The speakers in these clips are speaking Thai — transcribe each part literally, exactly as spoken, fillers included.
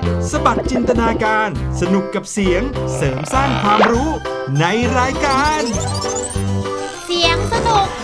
สบัดจินตนาการสนุกกับเสียงเสริมสร้างความรู้ในรายการเสียงสนุก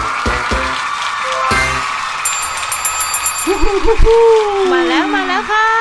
มาแล้วมาแล้วค่ะ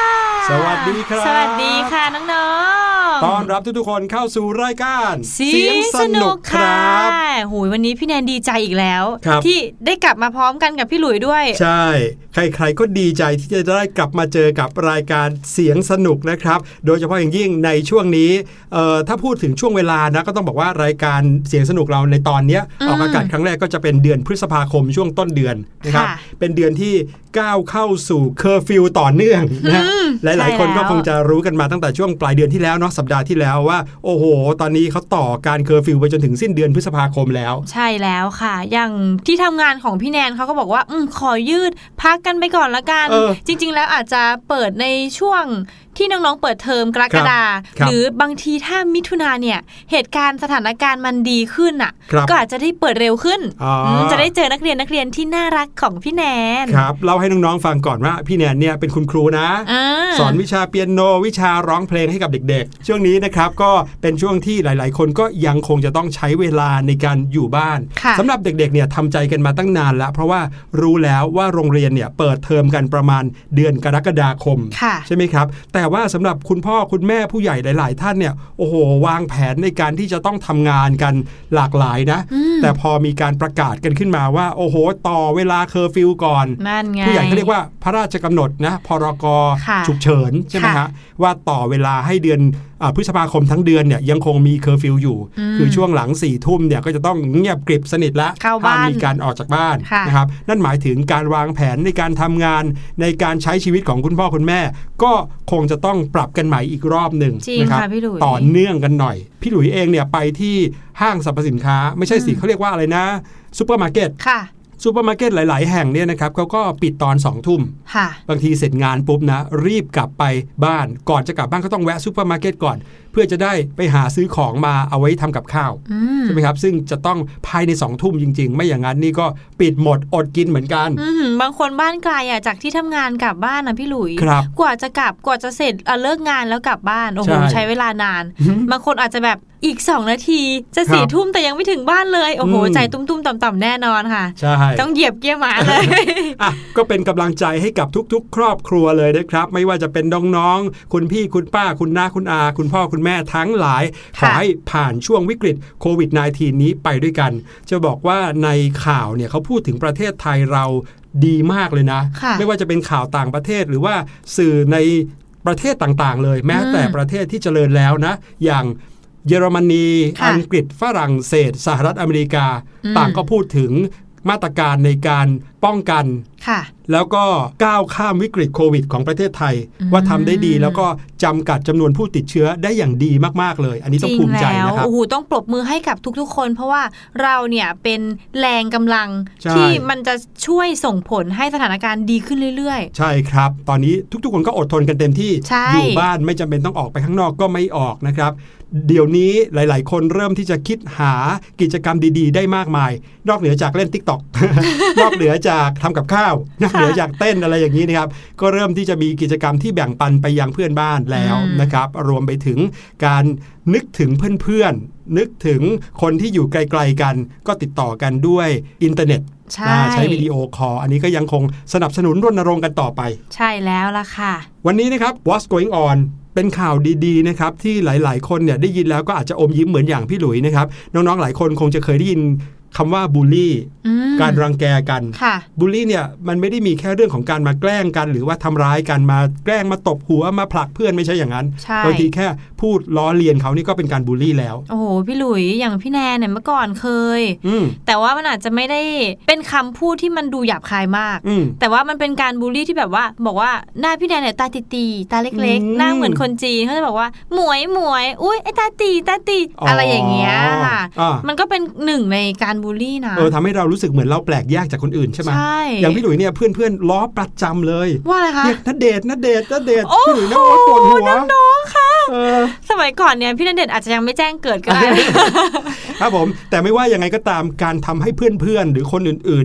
สวัสดีครับสวัสดีค่ะน้องๆต้อนรับทุกๆคนเข้าสู่รายการเสียงสนุกครับโหยวันนี้พี่แนนดีใจอีกแล้วที่ได้กลับมาพร้อมกันกับพี่หลุยด้วยใช่ใครๆก็ดีใจที่จะได้กลับมาเจอกับรายการเสียงสนุกนะครับโดยเฉพาะอย่างยิ่งในช่วงนี้เอ่อถ้าพูดถึงช่วงเวลานะก็ต้องบอกว่ารายการเสียงสนุกเราในตอนนี้ออกอากาศครั้งแรกก็จะเป็นเดือนพฤษภาคมช่วงต้นเดือนนะครับเป็นเดือนที่ก้าวเข้าสู่เคอร์ฟิวต่อเนื่องนะหลายๆคนก็คงจะรู้กันมาตั้งแต่ช่วงปลายเดือนที่แล้วเนาะสัปดาห์ที่แล้วว่าโอ้โหตอนนี้เขาต่อการเคอร์ฟิวไปจนถึงสิ้นเดือนพฤษภาคมแล้วใช่แล้วค่ะอย่างที่ทำงานของพี่แนนเขาก็บอกว่าอืมขอยืดพักกันไปก่อนละกันจริงๆแล้วอาจจะเปิดในช่วงที่น้องๆเปิดเทอมกรกฎาคมหรือบางทีถ้ามิถุนาเนี่ยเหตุการณ์สถานการณ์มันดีขึ้นอ่ะก็อาจจะได้เปิดเร็วขึ้นจะได้เจอนักเรียนนักเรียนที่น่ารักของพี่แนนครับเล่าให้น้องๆฟังก่อนว่าพี่แนนเนี่ยเป็นคุณครูนะสอนวิชาเปียโนวิชาร้องเพลงให้กับเด็กๆช่วงนี้นะครับก็เป็นช่วงที่หลายๆคนก็ยังคงจะต้องใช้เวลาในการอยู่บ้านสำหรับเด็กๆเนี่ยทำใจกันมาตั้งนานแล้วเพราะว่ารู้แล้วว่าโรงเรียนเนี่ยเปิดเทอมกันประมาณเดือนกรกฎาคมใช่ไหมครับแต่ว่าสำหรับคุณพ่อคุณแม่ผู้ใหญ่หลายๆท่านเนี่ยโอ้โหวางแผนในการที่จะต้องทำงานกันหลากหลายนะแต่พอมีการประกาศกันขึ้นมาว่าโอ้โหต่อเวลาเคอร์ฟิวก่อนผู้ใหญ่เขาเรียกว่าพระราชกำหนดนะพรกฉุกเฉินใช่ไหมฮะว่าต่อเวลาให้เดือนพฤษภาคมทั้งเดือนเนี่ยยังคงมีเคอร์ฟิวอยู่คือช่วงหลังสี่ทุ่มเนี่ยก็จะต้องเงียบกริบสนิทแล้วห้ามมีการออกจากบ้านนะครับนั่นหมายถึงการวางแผนในการทำงานในการใช้ชีวิตของคุณพ่อคุณแม่ก็คงจะต้องปรับกันใหม่อีกรอบหนึ่งนะครับต่อเนื่องกันหน่อยพี่หลุยเองเนี่ยไปที่ห้างสรรพสินค้าไม่ใช่สิเขาเรียกว่าอะไรนะซุปเปอร์มาร์เก็ตซูเปอร์มาร์เก็ตหลายๆแห่งเนี่ยนะครับเขาก็ปิดตอนสองทุ่มบางทีเสร็จงานปุ๊บนะรีบกลับไปบ้านก่อนจะกลับบ้านก็ต้องแวะซูเปอร์มาร์เก็ตก่อนเพื่อจะได้ไปหาซื้อของมาเอาไว้ทำกับข้าวใช่ไหมครับซึ่งจะต้องภายในสองทุ่มจริงๆไม่อย่างนั้นนี่ก็ปิดหมดอดกินเหมือนกันบางคนบ้านไกลอ่ะจากที่ทำงานกลับบ้านนะพี่หลุยกว่าจะกลับกว่าจะเสร็จเลิกงานแล้วกลับบ้านโอ้โหใช้เวลานานบางคนอาจจะแบบอีกสองนาทีจะสี่ทุ่มแต่ยังไม่ถึงบ้านเลยโอ้โหใจตุ้มๆต่ำๆแน่นอนค่ะต้องเหยียบเกียร์หมาเลยอ่ะก็เป็นกำลังใจให้กับทุกๆครอบครัวเลยนะครับไม่ว่าจะเป็นน้องๆคุณพี่คุณป้าคุณน้าคุณอาคุณพ่อคุณแม่ทั้งหลายขอให้ผ่านช่วงวิกฤตโควิด สิบเก้า นี้ไปด้วยกันจะบอกว่าในข่าวเนี่ยเขาพูดถึงประเทศไทยเราดีมากเลยนะไม่ว่าจะเป็นข่าวต่างประเทศหรือว่าสื่อในประเทศต่างๆเลยแม้แต่ประเทศที่เจริญแล้วนะอย่างเยอรมนีอังกฤษฝรั่งเศสสหรัฐอเมริกาต่างก็พูดถึงมาตรการในการป้องกันแล้วก็ก้าวข้ามวิกฤตโควิดของประเทศไทยว่าทำได้ดีแล้วก็จำกัดจำนวนผู้ติดเชื้อได้อย่างดีมากๆเลยอันนี้ต้องภูมิใจนะครับโอ้โหต้องปรบมือให้กับทุกๆคนเพราะว่าเราเนี่ยเป็นแรงกำลังที่มันจะช่วยส่งผลให้สถานการณ์ดีขึ้นเรื่อยๆใช่ครับตอนนี้ทุกๆคนก็อดทนกันเต็มที่อยู่บ้านไม่จำเป็นต้องออกไปข้างนอกก็ไม่ออกนะครับเดี๋ยวนี้หลายๆคนเริ่มที่จะคิดหากิจกรรมดีๆได้มากมายนอกเหนือจากเล่น TikTok นอกเหนือจากทำกับข้าวนอกเหนือจากเต้นอะไรอย่างนี้นะครับก็เริ่มที่จะมีกิจกรรมที่แบ่งปันไปยังเพื่อนบ้านแล้วนะครับรวมไปถึงการนึกถึงเพื่อนๆนึกถึงคนที่อยู่ไกลๆกันก็ติดต่อกันด้วยอินเทอร์เน็ตใช้ใช้วิดีโอคอลอันนี้ก็ยังคงสนับสนุนรณรงค์กันต่อไปใช่แล้วล่ะค่ะวันนี้นะครับ What's Going On เป็นข่าวดีๆนะครับที่หลายๆคนเนี่ยได้ยินแล้วก็อาจจะอมยิ้มเหมือนอย่างพี่หลุยนะครับน้องๆหลายคนคงจะเคยได้ยินคำว่าบูลลี่การรังแกกันบูลลี่เนี่ยมันไม่ได้มีแค่เรื่องของการมาแกล้งกันหรือว่าทำร้ายกันมาแกล้งมาตบหัวมาผลักเพื่อนไม่ใช่อย่างนั้นบางทีแค่พูดล้อเลียนเขานี่ก็เป็นการบูลลี่แล้วโอ้โหพี่หลุยอย่างพี่แนนเนี่ยเมื่อก่อนเคยแต่ว่ามันอาจจะไม่ได้เป็นคำพูดที่มันดูหยาบคายมากแต่ว่ามันเป็นการบูลลี่ที่แบบว่าบอกว่าหน้าพี่แนนเนี่ยตาตีๆตาเล็กๆหน้าเหมือนคนจีนเขาจะบอกว่าหมวยหมวยอุ้ยไอ้ตาตีตาตีอะไรอย่างเงี้ยค่ะมันก็เป็นหนึ่งในการบูลลี่นะเออทำให้เรารู้สึกเหมือนเราแปลกแยกจากคนอื่นใช่ไหมอย่างพี่หลุยเนี่ยเพื่อนๆล้อประจำเลยว่าอะไรคะเนี่ยณเดชน์ณเดชน์ณเดชน์พี่หลุยน้องปวดหัวน้องๆค่ะสมัยก่อนเนี่ยพี่ณเดชน์อาจจะยังไม่แจ้งเกิดก็ได้ครับผมแต่ไม่ว่ายังไงก็ตามการทำให้เพื่อนๆหรือคนอื่นๆเนี่ย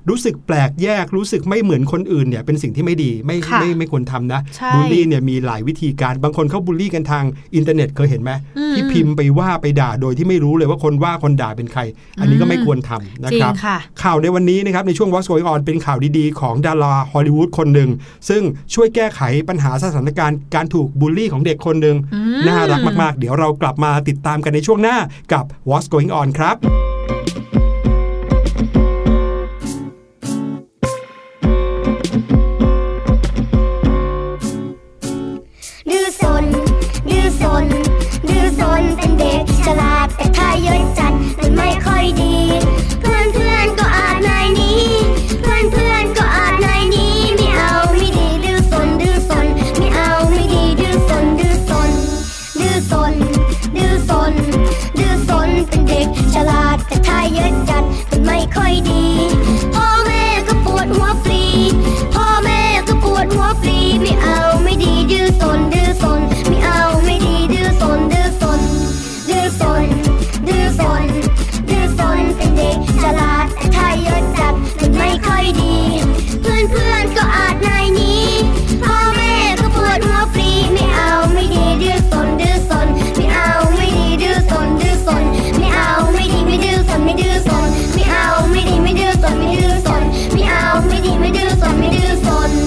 รู้สึกแปลกแยกรู้สึกไม่เหมือนคนอื่นเนี่ยเป็นสิ่งที่ไม่ดีไม่ไม่ไม่ควรทำนะบูลลี่เนี่ยมีหลายวิธีการบางคนเขาบูลลี่กันทางอินเทอร์เน็ตเคยเห็นไหมที่พิมพ์ไปว่าไปด่าโดยที่ไม่รู้เลยว่าคนว่าคนด่าเป็นใครอันนี้ก็ไม่ควรทำนะครับข่าวในวันนี้นะครับในช่วง What's Going On เป็นข่าวดีๆของดาราฮอลลีวูดคนหนึ่งซึ่งช่วยแก้ไขปัญหาสถานการณ์การถูกบูลลี่ของเด็กคนหนึ่งน่ารักมากๆเดี๋ยวเรากลับมาติดตามกันในช่วงหน้ากับ What's Going On ครับดื้อซนดื้อซนดื้อซนเป็นเด็กฉลาดแต่ถ้าเยอะจัดมันไม่ค่อยดีเพื่อนเพื่อนก็อาจนายนี้เพื่อนเพื่อนก็อาจนายนี้ไม่เอาไม่ดีดื้อซนดื้อซนไม่เอาไม่ดีดื้อซนดื้อซนดื้อซนดื้อซนดื้อซนเป็นเด็กฉลาดแต่ถ้าเยอะจัดมันไม่ค่อยดีพ่อแม่ก็ปวดหัวฟรีพ่อแม่ก็ปวดหัวฟรีไม่เอาไม่ดีดื้อซนดื้อซนไม่เอาไม่ดีดื้อซนดื้อซนดื้อซนดื้อซนดื้อซนเป็นเด็กฉลาดแต่ถ้าเยอะจัดมันไม่ค่อยดีเพื่อนเพื่อนก็อาจนายนี้พ่อแม่ก็ปวดหัวฟรีไม่เอาไม่ดีดื้อซนดื้อซนไม่เอาไม่ดีดื้อซนดื้อซนไม่เอาไม่ดีไม่ดื้อซนไม่ดื้อซนไม่เอาไม่ดีไม่ดื้อซนไม่ดื้อซนไม่เอาไม่ดีไม่ดื้อซนไม่ดื้อซน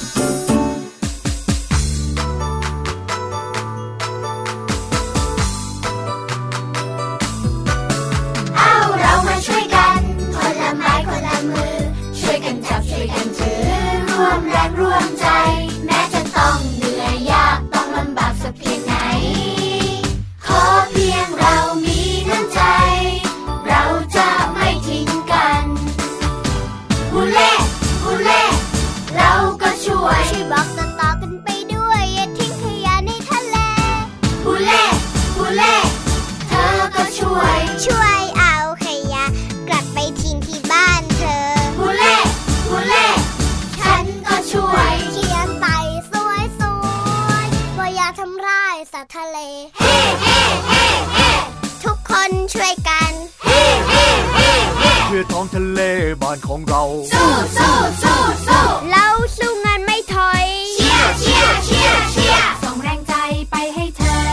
ร่วมแรงร่วมใจแม้จะต้องเหนื่อยยากต้องลำบากสักเพียงไหนขอเพียงเรามีน้ำใจเราจะไม่ทิ้งกันฮูเล่ฮูเล่เราก็ช่วยช่วยบอกต่อๆกันไปด้วยอย่าทิ้งขยะในทะเลฮูเล่ฮูเล่เธอก็ช่วยช่วยเอาขยะกลับไปทิ้งที่บ้านเธอฮูเล่ฮูเล่ฉันก็ช่วยเขียนไปสวยๆว่าอย่าทำร้ายสัตว์ทะเลเฮ้เฮ้เฮ้เฮ้ทุกคนช่วยกันเฮ้เฮ้เฮ้เฮ้เพื่อท้องทะเลบ้านของเราสู้สู้สู้สู้เราสู้งานไม่ถอยเชียร์เชียร์เชียร์เชียร์ส่งแรงใจไปให้เธอ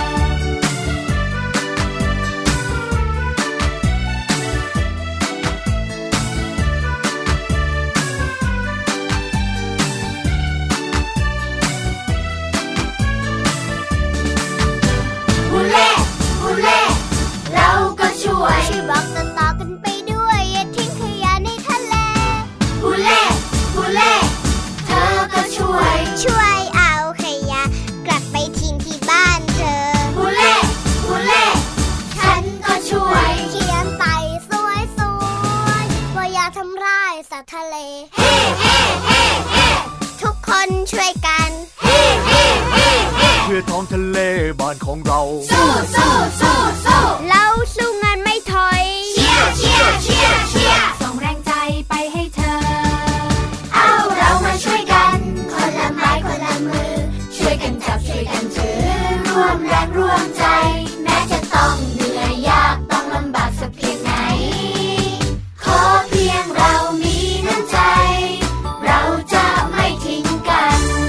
ช่วยบอกต่อๆกันไปด้วยอย่าทิ้งขยะในทะเลฮูเล่ฮูเล่เธอก็ช่วยช่วยเอาขยะกลับไปทิ้งที่บ้านเธอฮูเล่ฮูเล่ฉันก็ช่วยเขียนไปสวยๆว่าอย่าทำร้ายสัตว์ทะเลเฮ้เฮ้เฮ้เฮ้ทุกคนช่วยกันเฮ้เฮ้เฮ้เฮ้เพื่อท้องทะเลบ้านของเราสู้สู้สู้สู้เราสู้งานไม่ถอยเชียร์เชียร์เชียร์เชียร์ส่งแรงใจไปให้เธอเอาเรามาช่วยกันคนละไม้คนละมือช่วยกันจับช่วยกันถือร่วมแรงร่วมใจแม้จะต้องเหนื่อยยากต้องลำบากสักเพียงไหนขอเพียงเรามีน้ำใจเราจะไม่ทิ้งกัน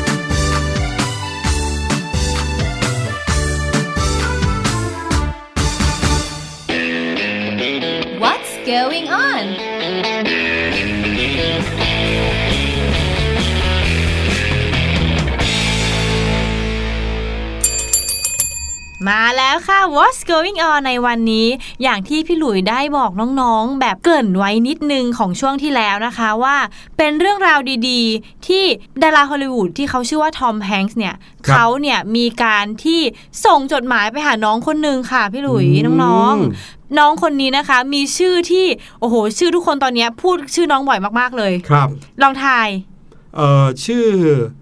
What's going on? มาแล้วค่ะ What's going on ในวันนี้อย่างที่พี่หลุยได้บอกน้องๆแบบเกริ่นไว้นิดนึงของช่วงที่แล้วนะคะว่าเป็นเรื่องราวดีๆที่ดาราฮอลลีวูดที่เขาชื่อว่าทอมแฮงค์เนี่ยเขาเนี่ยมีการที่ส่งจดหมายไปหาน้องคนนึงค่ะพี่หลุยน้องๆน้องคนนี้นะคะมีชื่อที่โอ้โหชื่อทุกคนตอนนี้พูดชื่อน้องบ่อยมากๆเลยครับลองทายเอ่อชื่อ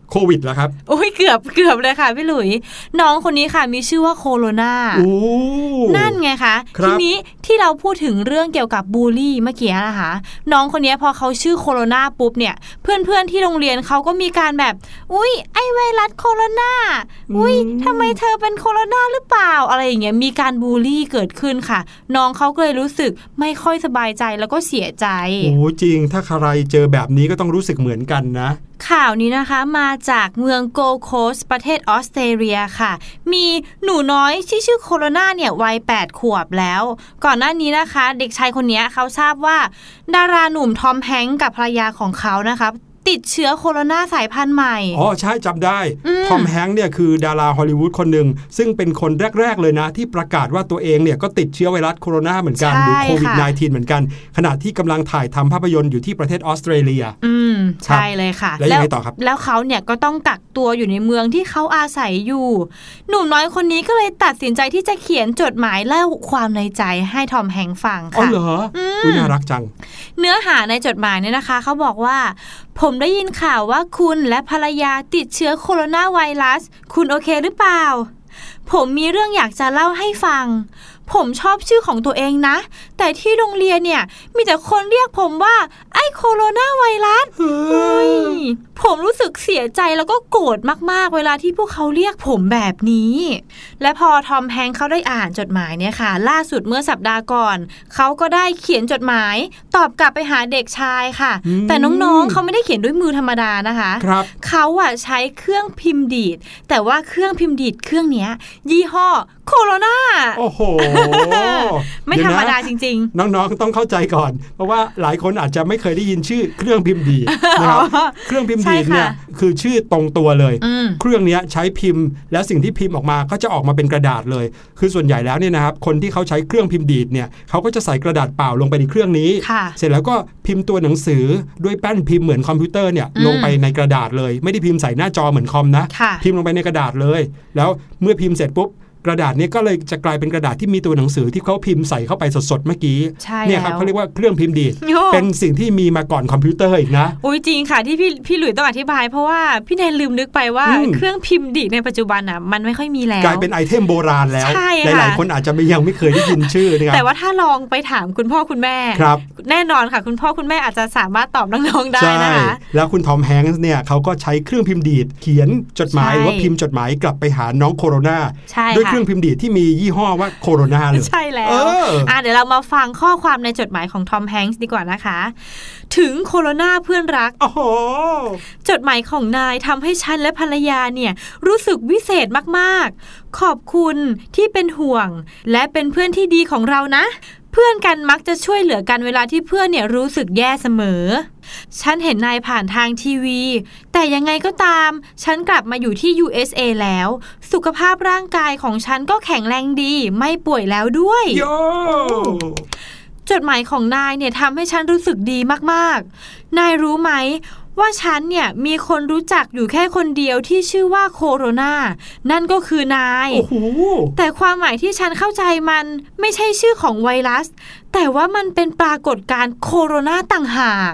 โควิดเหรอครับโอ้ยเกือบเกือบเลยค่ะพี่หลุยน้องคนนี้ค่ะมีชื่อว่าโคโรนานั่นไงคะทีนี้ที่เราพูดถึงเรื่องเกี่ยวกับบูลลี่เมื่อกี้นะคะน้องคนนี้พอเขาชื่อโคโรนาปุ๊บเนี่ยเพื่อนๆที่โรงเรียนเขาก็มีการแบบอุ๊ยไอไวรัสโคโรนาอุ๊ยทำไมเธอเป็นโคโรนาหรือเปล่าอะไรอย่างเงี้ยมีการบูลลี่เกิดขึ้นค่ะน้องเขาก็เลยรู้สึกไม่ค่อยสบายใจแล้วก็เสียใจโอ้จริงถ้าใครเจอแบบนี้ก็ต้องรู้สึกเหมือนกันนะข่าวนี้นะคะมาจากเมืองโกลด์โคสต์ประเทศออสเตรเลียค่ะมีหนูน้อยที่ชื่อโคโรนาเนี่ยวัยแปดขวบแล้วก่อนหน้านี้นะคะเด็กชายคนนี้เขาทราบว่าดาราหนุ่มทอมแฮงค์กับภรรยาของเขานะคะติดเชื้อโคโรนาสายพันธุ์ใหม่อ๋อใช่จำได้ทอมแฮงค์เนี่ยคือดาราฮอลลีวูดคนหนึ่งซึ่งเป็นคนแรกๆเลยนะที่ประกาศว่าตัวเองเนี่ยก็ติดเชื้อไวรัสโคโรนาเหมือนกันหรือโควิด สิบเก้า เหมือนกันขณะที่กำลังถ่ายทำภาพยนตร์อยู่ที่ประเทศออสเตรเลียอืมใช่เลยค่ะแล้วยังไงต่อครับแล้วเขาเนี่ยก็ต้องกักตัวอยู่ในเมืองที่เขาอาศัยอยู่หนุ่มน้อยคนนี้ก็เลยตัดสินใจที่จะเขียนจดหมายเล่าความในใจให้ทอมแฮงค์ฟังค่ะอ๋อเหรออุ๊ยน่ารักจังเนื้อหาในจดหมายเนี่ยนะคะเขาบอกว่าผมได้ยินข่าวว่าคุณและภรรยาติดเชื้อโคโรนาไวรัสคุณโอเคหรือเปล่าผมมีเรื่องอยากจะเล่าให้ฟังผมชอบชื่อของตัวเองนะแต่ที่โรงเรียนเนี่ยมีแต่คนเรียกผมว่าไอ้โคโรนาไวรัสผมรู้สึกเสียใจแล้วก็โกรธมากๆเวลาที่พวกเขาเรียกผมแบบนี้และพอทอมแฮงค์เขาได้อ่านจดหมายเนี่ยค่ะล่าสุดเมื่อสัปดาห์ก่อนเขาก็ได้เขียนจดหมายตอบกลับไปหาเด็กชายค่ะแต่น้องๆเขาไม่ได้เขียนด้วยมือธรรมดานะคะเขาอะใช้เครื่องพิมพ์ดีดแต่ว่าเครื่องพิมพ์ดีดเครื่องนี้ยี่ห้อโคโรนาโอ้โหไม่ธรรมดาจริงๆน้องๆต้องเข้าใจก่อนเพราะว่าหลายคนอาจจะไม่เคยได้ยินชื่อเครื่องพิมพ์ดีดนะครับเครื่องพิมพ์ดีดเนี่ยคือชื่อตรงตัวเลยเครื่องนี้ใช้พิมพ์แล้วสิ่งที่พิมพ์ออกมาก็จะออกมาเป็นกระดาษเลยคือส่วนใหญ่แล้วเนี่ยนะครับคนที่เขาใช้เครื่องพิมพ์ดีดเนี่ยเขาก็จะใส่กระดาษเปล่าลงไปในเครื่องนี้เสร็จแล้วก็พิมพ์ตัวหนังสือด้วยแป้นพิมพ์เหมือนคอมพิวเตอร์เนี่ยลงไปในกระดาษเลยไม่ได้พิมพ์ใส่หน้าจอเหมือนคอมนะพิมพ์ลงไปในกระดาษเลยแล้วเมื่อพิมพ์เสร็จปุ๊บกระดาษนี้ก็เลยจะกลายเป็นกระดาษที่มีตัวหนังสือที่เขาพิมพ์ใส่เข้าไปสดๆเมื่อกี้เนี่ยครับเขาเรียกว่าเครื่องพิมพ์ดีดเป็นสิ่งที่มีมาก่อนคอมพิวเตอร์อีกนะอุ้ยจริงค่ะที่พี่พี่หลุยต้องอธิบายเพราะว่าพี่แนนลืมนึกไปว่าเครื่องพิมพ์ดีดในปัจจุบันอ่ะมันไม่ค่อยมีแล้วกลายเป็นไอเทมโบราณแล้วหลายๆคนอาจจะยังไม่เคยได้ยินชื่อนะครับแต่ว่าถ้าลองไปถามคุณพ่อคุณแม่แน่นอนค่ะคุณพ่อคุณแม่อาจจะสามารถตอบน้องๆได้นะคะแล้วคุณทอมแฮงค์เนี่ยเขาก็ใช้เครื่องพิมพ์ดีดเขียนจดหมายหรือว่าพิมพ์จดหมายกลับไปหาน้องโคโรนาด้วยเครื่องพิมพ์ดีดที่มียี่ห้อว่าโคโรนาเลยใช่แล้วอ่ะเดี๋ยวเรามาฟังข้อความในจดหมายของทอมแฮงค์ดีกว่านะคะถึงโคโรนาเพื่อนรักโอ้โหจดหมายของนายทำให้ฉันและภรรยาเนี่ยรู้สึกวิเศษมากๆขอบคุณที่เป็นห่วงและเป็นเพื่อนที่ดีของเรานะเพื่อนกันมักจะช่วยเหลือกันเวลาที่เพื่อนเนี่ยรู้สึกแย่เสมอฉันเห็นนายผ่านทางทีวีแต่ยังไงก็ตามฉันกลับมาอยู่ที่ ยู เอส เอ แล้วสุขภาพร่างกายของฉันก็แข็งแรงดีไม่ป่วยแล้วด้วยโยจดหมายของนายเนี่ยทำให้ฉันรู้สึกดีมากๆนายรู้ไหมว่าฉันเนี่ยมีคนรู้จักอยู่แค่คนเดียวที่ชื่อว่าโคโรนานั่นก็คือนายแต่ความหมายที่ฉันเข้าใจมันไม่ใช่ชื่อของไวรัสแต่ว่ามันเป็นปรากฏการณ์โคโรนาต่างหาก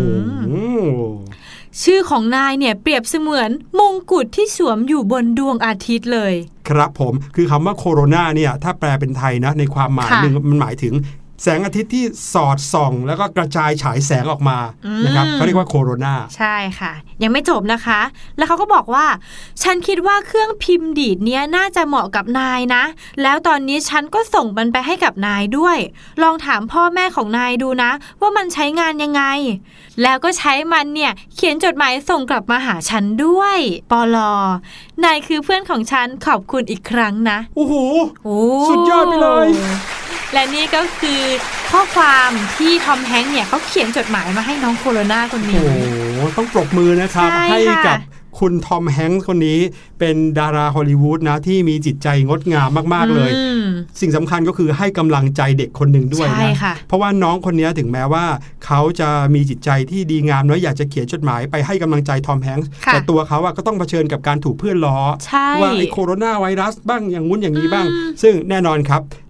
ชื่อของนายเนี่ยเปรียบเสมือนมงกุฎที่สวมอยู่บนดวงอาทิตย์เลยครับผมคือคำว่าโคโรนาเนี่ยถ้าแปลเป็นไทยนะในความหมายนึงมันหมายถึงแสงอาทิตย์ที่สอดส่องแล้วก็กระจายฉายแสงออกมานะครับเขาเรียกว่าโคโรนาใช่ค่ะยังไม่จบนะคะแล้วเขาก็บอกว่าฉันคิดว่าเครื่องพิมพ์ดีดเนี้ยน่าจะเหมาะกับนายนะแล้วตอนนี้ฉันก็ส่งมันไปให้กับนายด้วยลองถามพ่อแม่ของนายดูนะว่ามันใช้งานยังไงแล้วก็ใช้มันเนี่ยเขียนจดหมายส่งกลับมาหาฉันด้วยปลนายคือเพื่อนของฉันขอบคุณอีกครั้งนะโอ้โหสุดยอดไปเลยและนี่ก็คือข้อความที่ทอมแฮงค์เนี่ยเขาเขียนจดหมายมาให้น้องโคโรนาคนนี้โอ้ต้องปรบมือนะครับให้กับคุณทอมแฮงค์คนนี้เป็นดาราฮอลลีวูดนะที่มีจิตใจงดงามมากๆเลยสิ่งสำคัญก็คือให้กำลังใจเด็กคนหนึ่งด้วยนะเพราะว่าน้องคนนี้ถึงแม้ว่าเขาจะมีจิตใจที่ดีงามแล้วอยากจะเขียนจดหมายไปให้กำลังใจทอมแฮงค์แต่ตัวเขาก็ต้องเผชิญกับการถูกเพื่อนล้อว่าไอ้โคโรนาไวรัสบ้างอย่างงุ้นอย่างนี้บ้างซึ่งแน่นอนครับ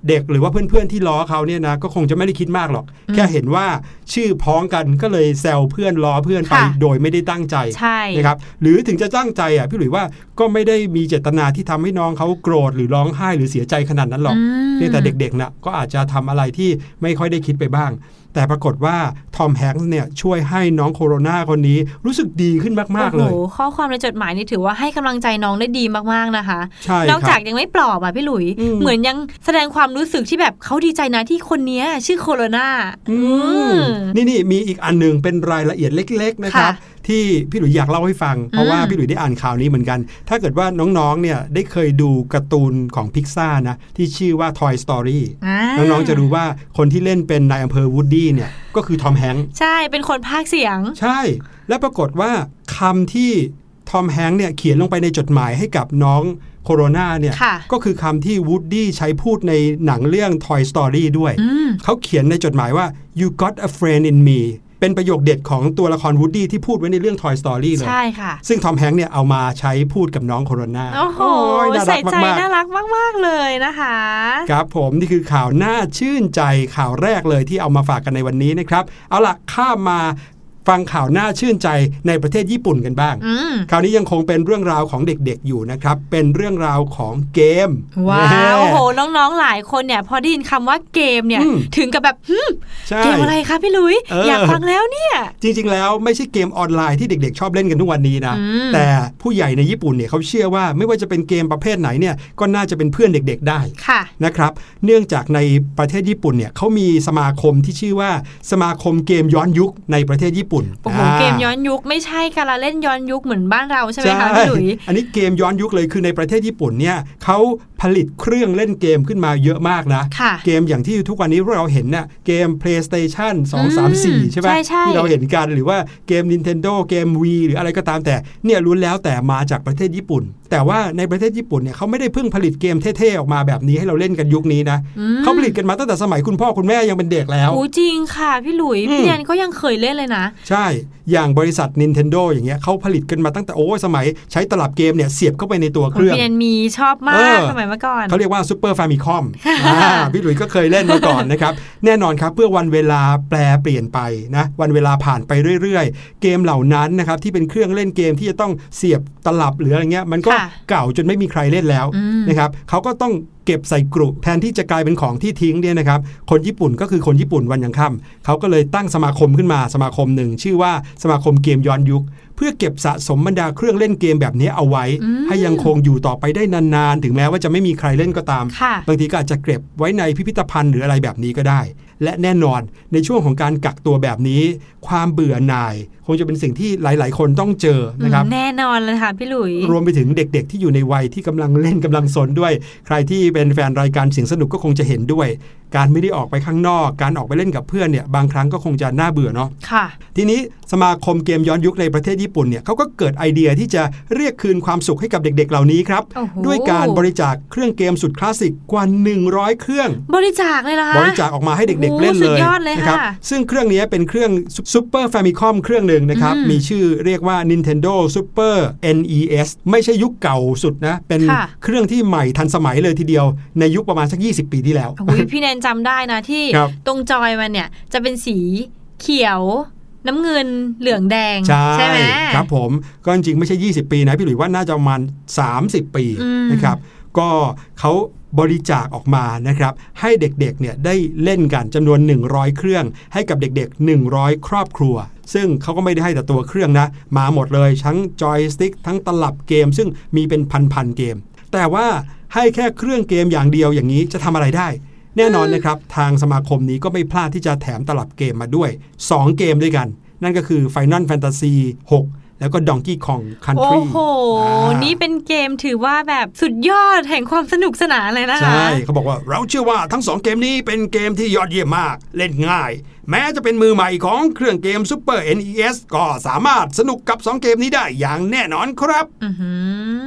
เด็กหรือว่าเพื่อนๆที่ล้อเขาเนี่ยนะก็คงจะไม่ได้คิดมากหรอกแค่เห็นว่าชื่อพ้องกันก็เลยแซวเพื่อนล้อเพื่อนไปโดยไม่ได้ตั้งใจนะครับหรือถึงจะตั้งใจอ่ะพี่หลุยว่าก็ไม่ได้มีเจตนาที่ทำให้น้องเขาโกรธหรือร้องไห้หรือเสียใจขนาดนั้นหรอกเพียงแต่เด็กๆนะก็อาจจะทำอะไรที่ไม่ค่อยได้คิดไปบ้างแต่ปรากฏว่าทอมแฮงค์เนี่ยช่วยให้น้องโคโรนาคนนี้รู้สึกดีขึ้นมากๆเลยโอ้โหข้อความในจดหมายนี่ถือว่าให้กำลังใจน้องได้ดีมากๆนะคะใช่นอกจากยังไม่ปลอบอ่ะพี่หลุยเหมือนยังแสดงความรู้สึกที่แบบเขาดีใจนะที่คนนี้ชื่อโคโรนานี่นี่มีอีกอันนึงเป็นรายละเอียดเล็กๆนะครับที่พี่หลุยอยากเล่าให้ฟังเพราะว่าพี่หลุยได้อ่านข่าวนี้เหมือนกันถ้าเกิดว่าน้องๆเนี่ยได้เคยดูการ์ตูนของพิกซ่านะที่ชื่อว่า Toy Story น้องๆจะรู้ว่าคนที่เล่นเป็นนายอำเภอวูดดี้เนี่ยก็คือทอมแฮงค์ใช่เป็นคนพากย์เสียงใช่และปรากฏว่าคำที่ทอมแฮงค์เนี่ยเขียนลงไปในจดหมายให้กับน้องโคโรนาเนี่ยก็คือคำที่วูดดี้ใช้พูดในหนังเรื่อง Toy Story ด้วยเขาเขียนในจดหมายว่า you got a friend in meเป็นประโยคเด็ดของตัวละครวูดดี้ที่พูดไว้ในเรื่อง Toy Story เลยใช่ค่ะซึ่งทอมแฮงค์เนี่ยเอามาใช้พูดกับน้องโคโรนาโอ้โหใส่ใจน่ารักมากๆเลยนะคะครับผมนี่คือข่าวน่าชื่นใจข่าวแรกเลยที่เอามาฝากกันในวันนี้นะครับเอาล่ะข้ามมาฟังข่าวน่าชื่นใจในประเทศญี่ปุ่นกันบ้างคราวนี้ยังคงเป็นเรื่องราวของเด็กๆอยู่นะครับเป็นเรื่องราวของเกมว้าวโอ้โหน้องๆหลายคนเนี่ยพอได้ยินคำว่าเกมเนี่ยถึงกับแบบเกมอะไรคะพี่ลุย อ, อยากฟังแล้วเนี่ยจริงๆแล้วไม่ใช่เกมออนไลน์ที่เด็กๆชอบเล่นกันทุกวันนี้นะแต่ผู้ใหญ่ในญี่ปุ่นเนี่ยเขาเชื่อว่าไม่ว่าจะเป็นเกมประเภทไหนเนี่ยก็น่าจะเป็นเพื่อนเด็กๆได้นะครับเนื่องจากในประเทศญี่ปุ่นเนี่ยเขามีสมาคมที่ชื่อว่าสมาคมเกมย้อนยุคในประเทศญี่ปุ่นโอ้โหเกมย้อนยุคไม่ใช่การละเล่นย้อนยุคเหมือนบ้านเราใช่ไหมคะพี่หลุยอันนี้เกมย้อนยุคเลยคือในประเทศญี่ปุ่นเนี่ยเขาผลิตเครื่องเล่นเกมขึ้นมาเยอะมากนะเกมอย่างที่ทุกวันนี้เราเห็นเนี่ยเกม PlayStation สอง สาม สี่ใช่ไหมที่เราเห็นกันหรือว่าเกม Nintendo เกม Wii หรืออะไรก็ตามแต่เนี่ยล้วนแล้วแต่มาจากประเทศญี่ปุ่นแต่ว่าในประเทศญี่ปุ่นเนี่ยเขาไม่ได้เพิ่งผลิตเกมเท่ๆออกมาแบบนี้ให้เราเล่นกันยุคนี้นะเขาผลิตกันมาตั้งแต่สมัยคุณพ่อคุณแม่ยังเป็นเด็กแล้วโอ้จริงค่ะพี่หลุยพี่แนนก็ยังเคยเล่นเลยนะใช่อย่างบริษัท Nintendo อย่างเงี้ยเขาผลิตกันมาตั้งแต่โอ้สมัยใช้ตลับเกมเนี่ยเสียบเข้าไปในตัวเครื่องพี่แนนมีชอบมากสมัยเมื่อก่อนเขาเรียกว่า Super Famicom พี่หลุยก็เคยเล่นมาก่อนนะครับแน่นอนครับเพื่อวันเวลาแปลเปลี่ยนไปนะวันเวลาผ่านไปเรื่อยๆเกมเหล่านั้นนะครับที่เป็นเครื่องเล่นเกมที่จะต้องเสียบตลับหรืออะไรเงี้ยมันก็เก่าจนไม่มีใครเล่นแล้วนะครับเขาก็ต้องเก็บใส่กรุแทนที่จะกลายเป็นของที่ทิ้งเนี่ยนะครับคนญี่ปุ่นก็คือคนญี่ปุ่นวันยังค่ำเขาก็เลยตั้งสมาคมขึ้นมาสมาคมหนึ่งชื่อว่าสมาคมเกมย้อนยุคเพื่อเก็บสะสมบรรดาเครื่องเล่นเกมแบบนี้เอาไว้ให้ยังคงอยู่ต่อไปได้นานๆถึงแม้ว่าจะไม่มีใครเล่นก็ตามบางทีก็อาจจะเก็บไว้ในพิพิธภัณฑ์หรืออะไรแบบนี้ก็ได้และแน่นอนในช่วงของการกักตัวแบบนี้ความเบื่อหน่ายคงจะเป็นสิ่งที่หลายๆคนต้องเจอนะครับแน่นอนเลยค่ะพี่หลุยรวมไปถึงเด็กๆที่อยู่ในวัยที่กำลังเล่นกำลังสนด้วยใครที่เป็นแฟนรายการเสียงสนุกก็คงจะเห็นด้วยการไม่ได้ออกไปข้างนอกการออกไปเล่นกับเพื่อนเนี่ยบางครั้งก็คงจะน่าเบื่อเนาะค่ะทีนี้สมาคมเกมย้อนยุคในประเทศญี่ปุ่นเนี่ยเขาก็เกิดไอเดียที่จะเรียกคืนความสุขให้กับเด็กๆเหล่านี้ครับด้วยการบริจาคเครื่องเกมสุดคลาสสิกกว่าหนึ่งร้อยเครื่องบริจาคเลยนะคะบริจาคออกมาให้เด็กๆเล่นเลยนะครับซึ่งเครื่องนี้เป็นเครื่อง Super Famicom เครื่องหนึ่งนะครับมีชื่อเรียกว่า Nintendo Super เอ็น อี เอส ไม่ใช่ยุคเก่าสุดนะเป็นเครื่องที่ใหม่ทันสมัยเลยทีเดียวในยุคประมาณสักยี่สิบปีที่แล้วพี่แนนจำได้นะที่ตรงจอยมันเนี่ยจะเป็นสีเขียวน้ำเงินเหลืองแดงใ, ใช่ไหมครับผมก็จริงๆไม่ใช่ยี่สิบปีนะพี่หลุยว่าน่าจะประมาณสามสิบปีนะครับก็เขาบริจาคออกมานะครับให้เด็กๆเนี่ยได้เล่นกันจำนวนหนึ่งร้อยเครื่องให้กับเด็กๆหนึ่งร้อยครอบครัวซึ่งเขาก็ไม่ได้ให้แต่ตัวเครื่องนะมาหมดเลยทั้งจอยสติ๊กทั้งตลับเกมซึ่งมีเป็นพันๆเกมแต่ว่าให้แค่เครื่องเกมอย่างเดียวอย่างนี้จะทำอะไรได้แน่นอนนะครับทางสมาคมนี้ก็ไม่พลาดที่จะแถมตลับเกมมาด้วยสองเกมด้วยกันนั่นก็คือ Final Fantasy หกแล้วก็ Donkey Kong Country โอ้โหนี่เป็นเกมถือว่าแบบสุดยอดแห่งความสนุกสนานเลยนะคะใช่เขาบอกว่าเราเชื่อว่าทั้งสองเกมนี้เป็นเกมที่ยอดเยี่ยมมากเล่นง่ายแม้จะเป็นมือใหม่ของเครื่องเกม Super เอ็น อี เอส ก็สามารถสนุกกับสองเกมนี้ได้อย่างแน่นอนครับอือหือ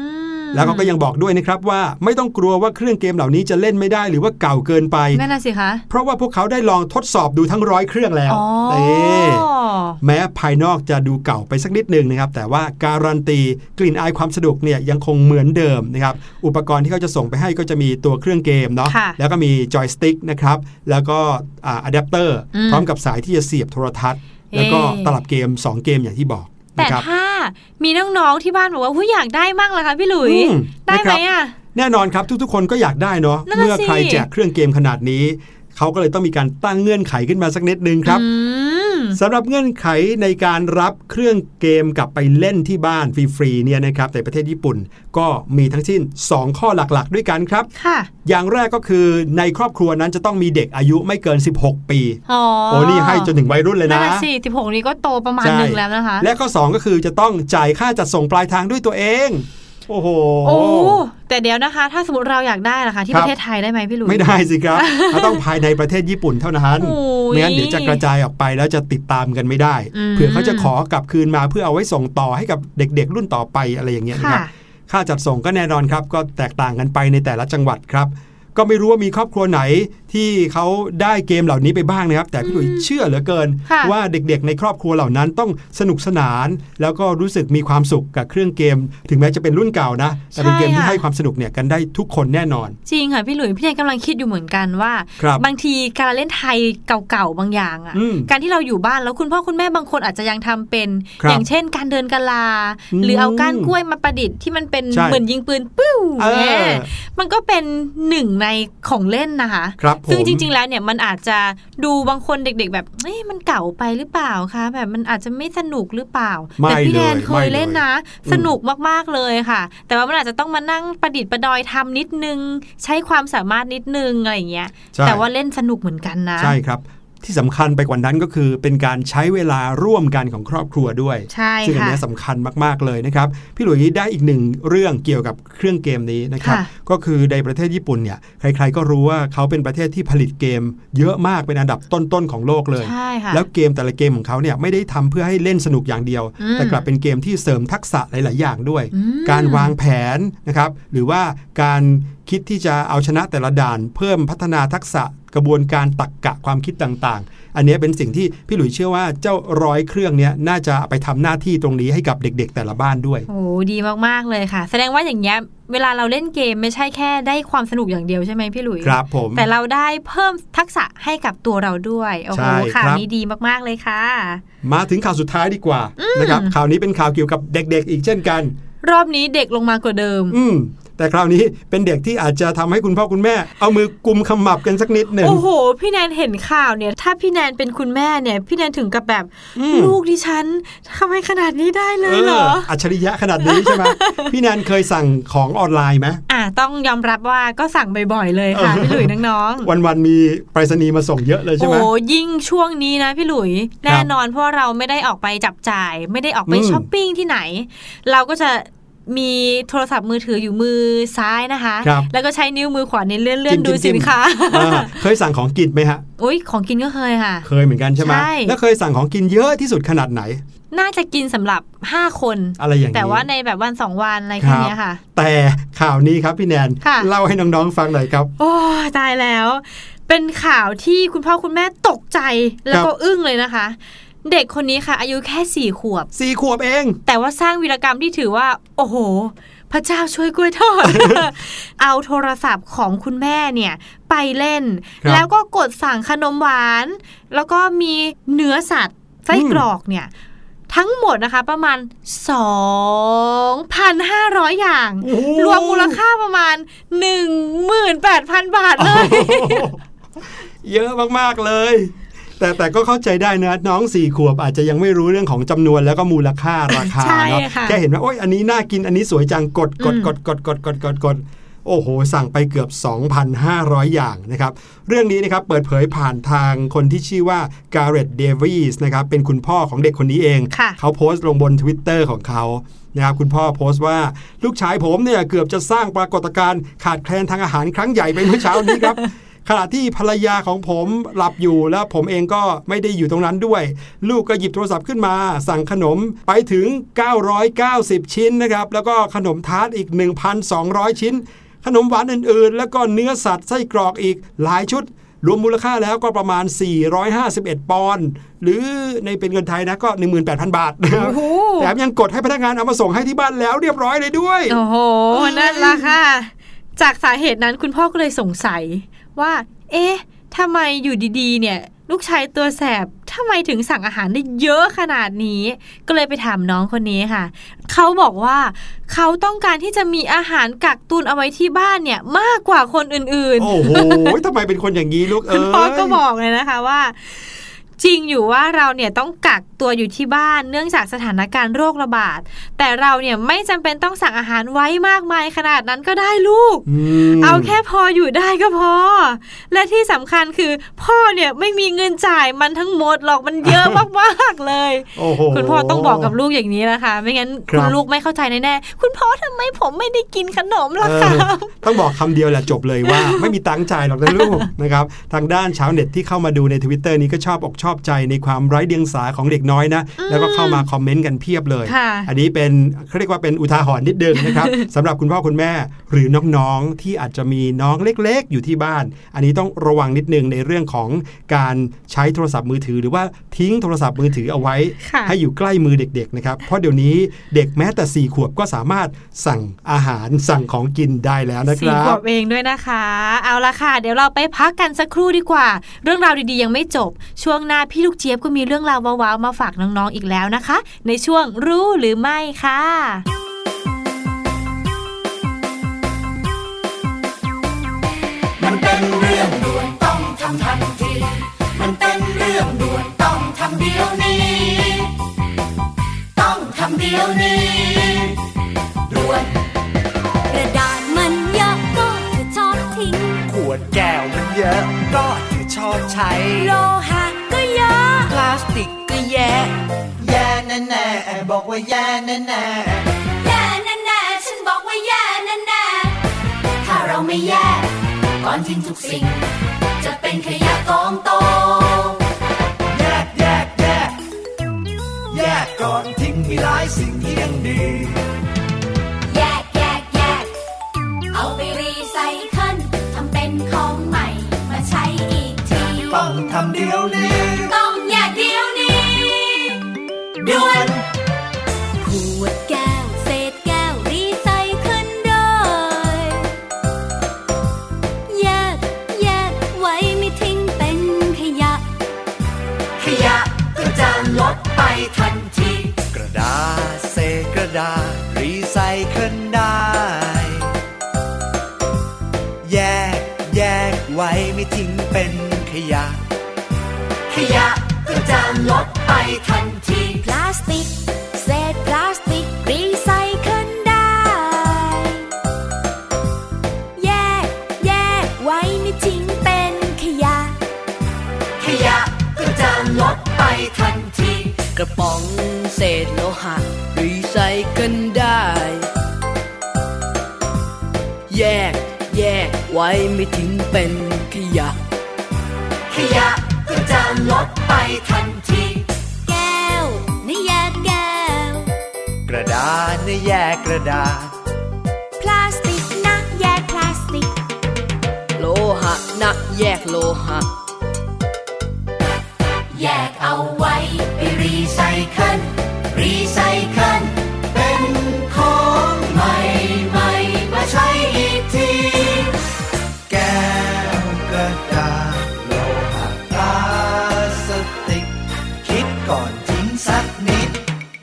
แล้วเขาก็ยังบอกด้วยนะครับว่าไม่ต้องกลัวว่าเครื่องเกมเหล่านี้จะเล่นไม่ได้หรือว่าเก่าเกินไปนั่นน่ะสิคะเพราะว่าพวกเขาได้ลองทดสอบดูทั้งร้อยเครื่องแล้วเอ๊แม้ภายนอกจะดูเก่าไปสักนิดนึงนะครับแต่ว่าการันตีกลิ่นอายความสนุกเนี่ยยังคงเหมือนเดิมนะครับอุปกรณ์ที่เขาจะส่งไปให้ก็จะมีตัวเครื่องเกมเนาะแล้วก็มีจอยสติ๊กนะครับแล้วก็อะแดปเตอร์พร้อมกับสายที่จะเสียบโทรทัศน์แล้วก็ตลับเกมสองเกมอย่างที่บอกแต่ถ้ามีน้องๆที่บ้านบอกว่าอยากได้มากเลยค่ะพี่หลุยได้ไหมอ่ะแน่นอนครับทุกๆคนก็อยากได้เนาะเมื่อใครแจกเครื่องเกมขนาดนี้เขาก็เลยต้องมีการตั้งเงื่อนไขขึ้นมาสักนิดนึงครับสำหรับเงื่อนไขในการรับเครื่องเกมกลับไปเล่นที่บ้านฟรีๆเนี่ยนะครับในประเทศญี่ปุ่นก็มีทั้งสิ้นสองข้อหลักๆด้วยกันครับค่ะอย่างแรกก็คือในครอบครัวนั้นจะต้องมีเด็กอายุไม่เกินสิบหกปีอ๋อโอ้นี่ให้จนถึงวัยรุ่นเลยนะนั่นสิสิบหกนี้ก็โตประมาณนึงแล้วนะคะและข้อสองก็คือจะต้องจ่ายค่าจัดส่งปลายทางด้วยตัวเองโอ้โหโอ้แต่เดี๋ยวนะคะถ้าสมมติเราอยากได้ล่ะคะที่ประเทศไทยได้ไหมพี่ลุยไม่ได้สิครับต้องภายในประเทศญี่ปุ่นเท่านั้นไม่งั้นเดี๋ยวจะกระจายออกไปแล้วจะติดตามกันไม่ได้เผื่อเขาจะขอกลับคืนมาเพื่อเอาไว้ส่งต่อให้กับเด็กๆรุ่นต่อไปอะไรอย่างเงี้ยนะครับค่าจัดส่งก็แน่นอนครับก็แตกต่างกันไปในแต่ละจังหวัดครับก็ไม่รู้ว่ามีครอบครัวไหนที่เขาได้เกมเหล่านี้ไปบ้างนะครับแต่พี่หลุยเชื่อเหลือเกินว่าเด็กๆในครอบครัวเหล่านั้นต้องสนุกสนานแล้วก็รู้สึกมีความสุขกับเครื่องเกมถึงแม้จะเป็นรุ่นเก่านะแต่เป็นเกมที่ให้ความสนุกเนี่ยกันได้ทุกคนแน่นอนจริงค่ะพี่หลุยพี่แนนกำลังคิดอยู่เหมือนกันว่าบางทีการเล่นไทยเก่าๆบางอย่างอ่ะการที่เราอยู่บ้านแล้วคุณพ่อคุณแม่บางคนอาจจะยังทำเป็นอย่างเช่นการเดินกะลาหรือเอาก้านกล้วยมาประดิษฐ์ที่มันเป็นเหมือนยิงปืนปิ้วเนี่ยมันก็เป็นหนึ่งในของเล่นนะคะซึ่งจริงๆแล้วเนี่ยมันอาจจะดูบางคนเด็กๆแบบเอ๊ะมันเก่าไปหรือเปล่าคะแบบมันอาจจะไม่สนุกหรือเปล่าแต่พี่แดนเคยเล่นนะสนุกมากๆเลยค่ะแต่ว่ามันอาจจะต้องมานั่งประดิษฐ์ประดอยทำนิดนึงใช้ความสามารถนิดนึงอะไรอย่างเงี้ยแต่ว่าเล่นสนุกเหมือนกันนะใช่ครับที่สำคัญไปกว่านั้นก็คือเป็นการใช้เวลาร่วมกันของครอบครัวด้วยซึ่งอันนี้สำคัญมากๆเลยนะครับพี่หลุยได้อีกหนึ่งเรื่องเกี่ยวกับเครื่องเกมนี้นะครับก็คือในประเทศญี่ปุ่นเนี่ยใครๆก็รู้ว่าเขาเป็นประเทศที่ผลิตเกมเยอะมากเป็นอันดับต้นๆของโลกเลยแล้วเกมแต่ละเกมของเขาเนี่ยไม่ได้ทำเพื่อให้เล่นสนุกอย่างเดียวแต่กลับเป็นเกมที่เสริมทักษะหลายๆอย่างด้วยการวางแผนนะครับหรือว่าการคิดที่จะเอาชนะแต่ละด่านเพิ่มพัฒนาทักษะกระบวนการตรรกะความคิดต่างๆอันนี้เป็นสิ่งที่พี่หลุยเชื่อว่าเจ้าร้อยเครื่องนี้น่าจะไปทำหน้าที่ตรงนี้ให้กับเด็กๆแต่ละบ้านด้วยโอ้ดีมากๆเลยค่ะแสดงว่าอย่างเงี้ยเวลาเราเล่นเกมไม่ใช่แค่ได้ความสนุกอย่างเดียวใช่ไหมพี่หลุยครับผมแต่เราได้เพิ่มทักษะให้กับตัวเราด้วยโอ้โหข่าวนี้ดีมากๆเลยค่ะมาถึงข่าวสุดท้ายดีกว่านะครับข่าวนี้เป็นข่าวเกี่ยวกับเด็กๆอีกเช่นกันรอบนี้เด็กลงมากว่าเดิมอืมแต่คราวนี้เป็นเด็กที่อาจจะทำให้คุณพ่อคุณแม่เอามือกุมขมับกันสักนิดหนึ่งโอ้โหพี่แนนเห็นข่าวเนี่ยถ้าพี่แนนเป็นคุณแม่เนี่ยพี่แนนถึงกับแบบลูกดิฉันทำไมขนาดนี้ได้เลยเหรออัจฉริยะขนาดนี้ใช่ไหม พี่แนนเคยสั่งของออนไลน์ไหมอ่าต้องยอมรับว่าก็สั่งบ่อยๆเลยค่ะพี่หลุยน้องๆวันๆมีไปรษณีย์มาส่งเยอะเลยใช่ไหมโอ้ยิ่งช่วงนี้นะพี่หลุยแน่นอนเพราะเราไม่ได้ออกไปจับจ่ายไม่ได้ออกไปช้อปปิ้งที่ไหนเราก็จะมีโทรศัพท์มือถืออยู่มือซ้ายนะคะแล้วก็ใช้นิ้วมือขวาเลื่อนเลื่อนดูสินค้าเคยสั่งของกินไหมฮะอุ้ยของกินก็เคยค่ะเคยเหมือนกันใช่ไหมแล้วเคยสั่งของกินเยอะที่สุดขนาดไหนน่าจะกินสำหรับห้าคนอะไรอย่างนี้แต่ว่าในแบบวันสองวันอะไรแค่นี้ค่ะแต่ข่าวนี้ครับพี่แนนเล่าให้น้องๆฟังหน่อยครับโอ้ตายแล้วเป็นข่าวที่คุณพ่อคุณแม่ตกใจแล้วก็อึ้งเลยนะคะเด็กคนนี้ค่ะอายุแค่สี่ขวบสี่ขวบเองแต่ว่าสร้างวีรกรรมที่ถือว่าโอ้โหพระเจ้าช่วยกล้วยทอด เอาโทรศัพท์ของคุณแม่เนี่ยไปเล่นแล้วก็กดสั่งขนมหวานแล้วก็มีเนื้อสัตว์ไส้กรอกเนี่ยทั้งหมดนะคะประมาณ สองพันห้าร้อย อย่างรวมมูลค่าประมาณ หนึ่งหมื่นแปดพัน บาทเลยเยอะมากๆเลยแต่แต่ก็เข้าใจได้นะน้องสี่ขวบอาจจะยังไม่รู้เรื่องของจำนวนแล้วก็มูลค่าราคาเนาะแค่เห็นว่าโอ๊ยอันนี้น่ากินอันนี้สวยจังกดกดกดกดกดกดกดกดโอ้โหสั่งไปเกือบ สองพันห้าร้อย อย่างนะครับเรื่องนี้นะครับเปิดเผยผ่านทางคนที่ชื่อว่า Gareth Davies นะครับเป็นคุณพ่อของเด็กคนนี้เองเขาโพสต์ลงบน Twitter ของเขานะครับคุณพ่อโพสต์ว่าลูกชายผมเนี่ยเกือบจะสร้างปรากฏการณ์ขาดแคลนทางอาหารครั้งใหญ่ไปเมื่อเช้านี้ครับขณะที่ภรรยาของผมหลับอยู่แล้วผมเองก็ไม่ได้อยู่ตรงนั้นด้วยลูกก็หยิบโทรศัพท์ขึ้นมาสั่งขนมไปถึงเก้าร้อยเก้าสิบชิ้นนะครับแล้วก็ขนมทาร์ตอีก หนึ่งพันสองร้อย ชิ้นขนมหวานอื่นๆแล้วก็เนื้อสัตว์ไส้กรอกอีกหลายชุดรวมมูลค่าแล้วก็ประมาณสี่ร้อยห้าสิบเอ็ดปอนด์หรือในเป็นเงินไทยนะก็ หนึ่งหมื่นแปดพัน บาทนะครับแถมยังกดให้พนักงานเอามาส่งให้ที่บ้านแล้วเรียบร้อยเลยด้วยโอ้โหนั่นล่ะค่ะจากสาเหตุนั้นคุณพ่อก็เลยสงสัยว่าเอ๊ะทำไมอยู่ดีๆเนี่ยลูกชายตัวแสบทำไมถึงสั่งอาหารได้เยอะขนาดนี้ก็เลยไปถามน้องคนนี้ค่ะเขาบอกว่าเขาต้องการที่จะมีอาหารกักตุนเอาไว้ที่บ้านเนี่ยมากกว่าคนอื่นๆโอ้โหทำไมเป็นคนอย่างนี้ลูกเอ้ยคุณพ่อก็บอกเลยนะคะว่าจริงอยู่ว่าเราเนี่ยต้องกักตัวอยู่ที่บ้านเนื่องจากสถานการณ์โรคระบาดแต่เราเนี่ยไม่จำเป็นต้องสั่งอาหารไว้มากมายขนาดนั้นก็ได้ลูกเอาแค่พออยู่ได้ก็พอและที่สำคัญคือพ่อเนี่ยไม่มีเงินจ่ายมันทั้งหมดหรอกมันเยอะมากๆเลยคุณพ่อต้องบอกกับลูกอย่างนี้นะคะไม่งั้นคุณลูกไม่เข้าใจแน่ๆคุณพ่อทำไมผมไม่ได้กินขนมล่ะคะต้องบอกคำเดียวแหละจบเลยว่า ไม่มีตังค์จ่ายหรอกนะลูกนะครับทางด้านชาวเน็ตที่เข้ามาดูใน Twitter นี้ก็ชอบอกชอบใจในความไร้เดียงสาของเด็กน้อยนะแล้วก็เข้ามาคอมเมนต์กันเพียบเลยอันนี้เป็นเขาเรียกว่าเป็นอุทาหรณ์นิดนึงนะครับ สำหรับคุณพ่อคุณแม่หรือน้องๆที่อาจจะมีน้องเล็กๆอยู่ที่บ้านอันนี้ต้องระวังนิดนึงในเรื่องของการใช้โทรศัพท์มือถือหรือว่าทิ้งโทรศัพท์มือถือเอาไว้ให้อยู่ใกล้มือเด็กๆนะครับเพราะเดี๋ยวนี้เด็กแม้แต่สี่ขวบก็สามารถสั่งอาหารสั่งของกินได้แล้วนะครับสี่ขวบเองด้วยนะคะเอาละค่ะเดี๋ยวเราไปพักกันสักครู่ดีกว่าเรื่องราวดีๆยังไม่จบช่วงหน้าพี่ลูกเจี๊ยบก็มีเรื่องราวว้าวๆมาฝากน้องๆอีกแล้วนะคะในช่วงรู้หรือไม่ค่ะมันเป็นเรื่องด่วนต้องทำทันทีมันเป็นเรื่องด่วนต้องทำเดี๋ยวนี้ต้องทำเดี๋ยวนี้ด่วนกระดาษมันเยอะก็จะชอบทิ้งขวดแก้วมันเยอะก็จะชอบใช้โลหะก็เยอะพลาสติกก็แย่แย่แน่แน่บอกว่าแย่แน่แน่แย่แน่แน่ฉันบอกว่าแย่แน่แน่ถ้าเราไม่แยกก่อนทิ้งทุกสิ่งจะเป็นขยะกองโตแยกแยกแยกแยกก่อนทิ้งมีหลายสิ่งที่ยังดีแยกแยกแยกเอาไปรีไซเคิลทำเป็นของใหม่มาใช้อีกทีต้องทำเดี๋ยวนี้ต้องแยกเดี๋ยวนี้ด่วนขวดแก้วเศษแก้วรีไซเคิลได้แยกแยกไว้ไม่ทิ้งเป็นขยะขยะก็จะลดไปทันทีกระดาษเศษกระดาษรีไซเคิลได้แยกแยกไว้ไม่ทิ้งเป็นขยะขยะก็จะลดไปทันทีพลาสติกเศษพลาสติกรีไซเคิลได้แยกแยกไว้ไม่ทิ้งเป็นขยะขยะก็จะลดไปทันทีกระป๋องเศษโลหะรีไซเคิลได้แยกแยกไว้ไม่ทิ้งเป็นขยะขยะก็จะลดไปทันทีแก้วนี่แยกแก้วกระดาษนี่แยกกระดาษพลาสติกนะแยกพลาสติกโลหะนะแยกโลหะแยกเอาไว้ไปรีไซเคิลรีไซเคิลเป็นของใหม่ใหม่มาใช้อีกทีแก้วกระดาษโลหะพลาสติกคิดก่อนทิ้งสักนิด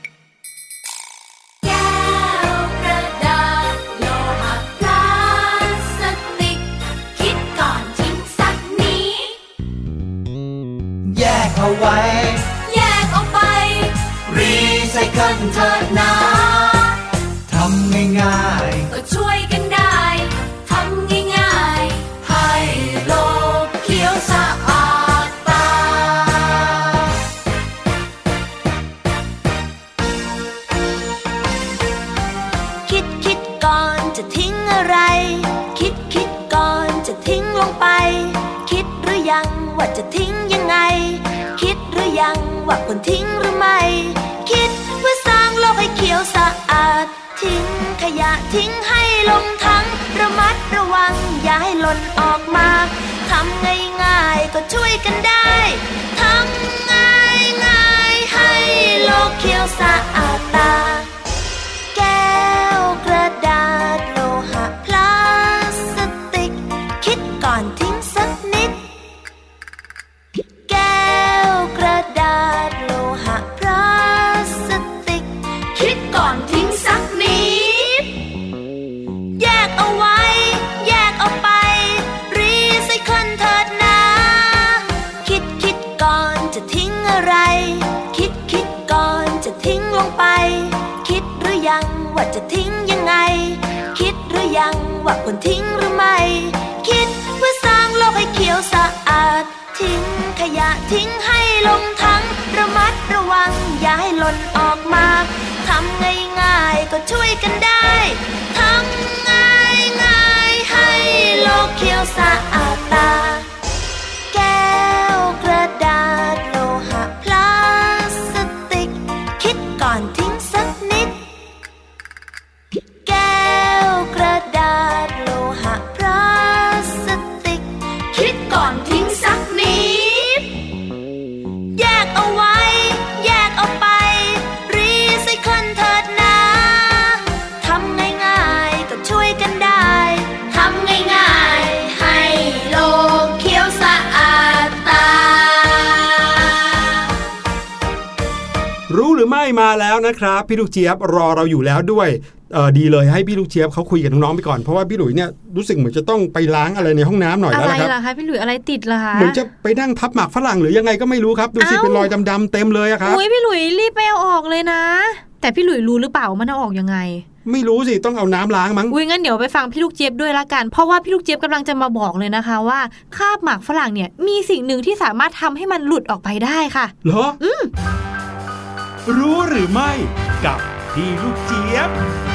แก้วกระดาษโลหะพลาสติกคิดก่อนทิ้งสักนิดแยกเอาไว้แยกเอาไปรีไซเคิลเถิดนะทำง่ายๆก็ช่วยกันได้ทำง่ายๆให้โลกเขียวสะอาดตาคิดคิดก่อนจะทิ้งอะไรคิดคิดก่อนจะทิ้งลงไปทิ้งยังไงคิดหรือยังว่าควรทิ้งหรือไม่คิดเพื่อสร้างโลกให้เขียวสะอาดทิ้งขยะทิ้งให้ลงถังระมัดระวังอย่าให้หล่นออกมาทำง่ายๆก็ช่วยกันได้ทำง่ายๆให้โลกเขียวสะอาดตาแก้วกระดาษโลหะพลาสติกคิดก่อนทิ้งสักนิดแก้วกระดาษโลหะพลาสติกคิดก่อนทิ้งสักนิดแยกเอาไว้แยกเอาไปรีไซเคิลเถิดนะคิดคิดก่อนจะทิ้งอะไรคิดคิดก่อนจะทิ้งลงไปคิดหรือยังว่าจะทิ้งยังไงคิดหรือยังว่าควรทิ้งหรือไม่คิดเพื่อสร้างโลกให้เขียวสะอาดทิ้งขยะทิ้งให้ลงถังระมัดระวังอย่าให้หล่นออกมาทำง่ายๆก็ช่วยกันได้ทำง่ายๆให้โลกเขียวสะอาดตาแก้วกระดาษโลหะพลาสติกคิดก่อนทิ้งสักนิดแก้วกระดาษโลหะพลาสติกคิดก่อนทิ้งสักนิดแยกเอาไว้แยกเอาไปรีไซเคิลเถิดนะทำง่ายๆก็ช่วยกันได้ทำง่ายๆให้โลกเขียวสะอาดตารู้หรือไม่มาแล้วนะครับพี่ลูกเจี๊ยบรอเราอยู่แล้วด้วยเออดีเลยให้พี่ลูกเจี๊ยบเขาคุยกับน้องๆไปก่อนเพราะว่าพี่หลุยเนี่ยรู้สึกเหมือนจะต้องไปล้างอะไรในห้องน้ำหน่อยแล้วนะครับอะไรล่ะคะพี่หลุยอะไรติดล่ะคะเหมือนจะไปนั่งทับหมากฝรั่งหรือยังไงก็ไม่รู้ครับดูสิเป็นรอยดำๆเต็มเลยอะครับอุ้ยพี่หลุยรีบไปเอาออกเลยนะแต่พี่หลุยรู้หรือเปล่ามันเอาออกยังไงไม่รู้สิต้องเอาน้ำล้างมั้งอุ้ยงั้นเดี๋ยวไปฟังพี่ลูกเจี๊ยบด้วยละกันเพราะว่าพี่ลูกเจี๊ยบกำลังจะมาบอกเลยนะคะว่าคราบหมากฝรั่งเนี่ยมีสิ่งหนึ่งที่สามารถทำให้มันหลุดออกไปได้ค่ะเหรออืมรู้หรือไม่กับพี่ลูกเจี๊ยบ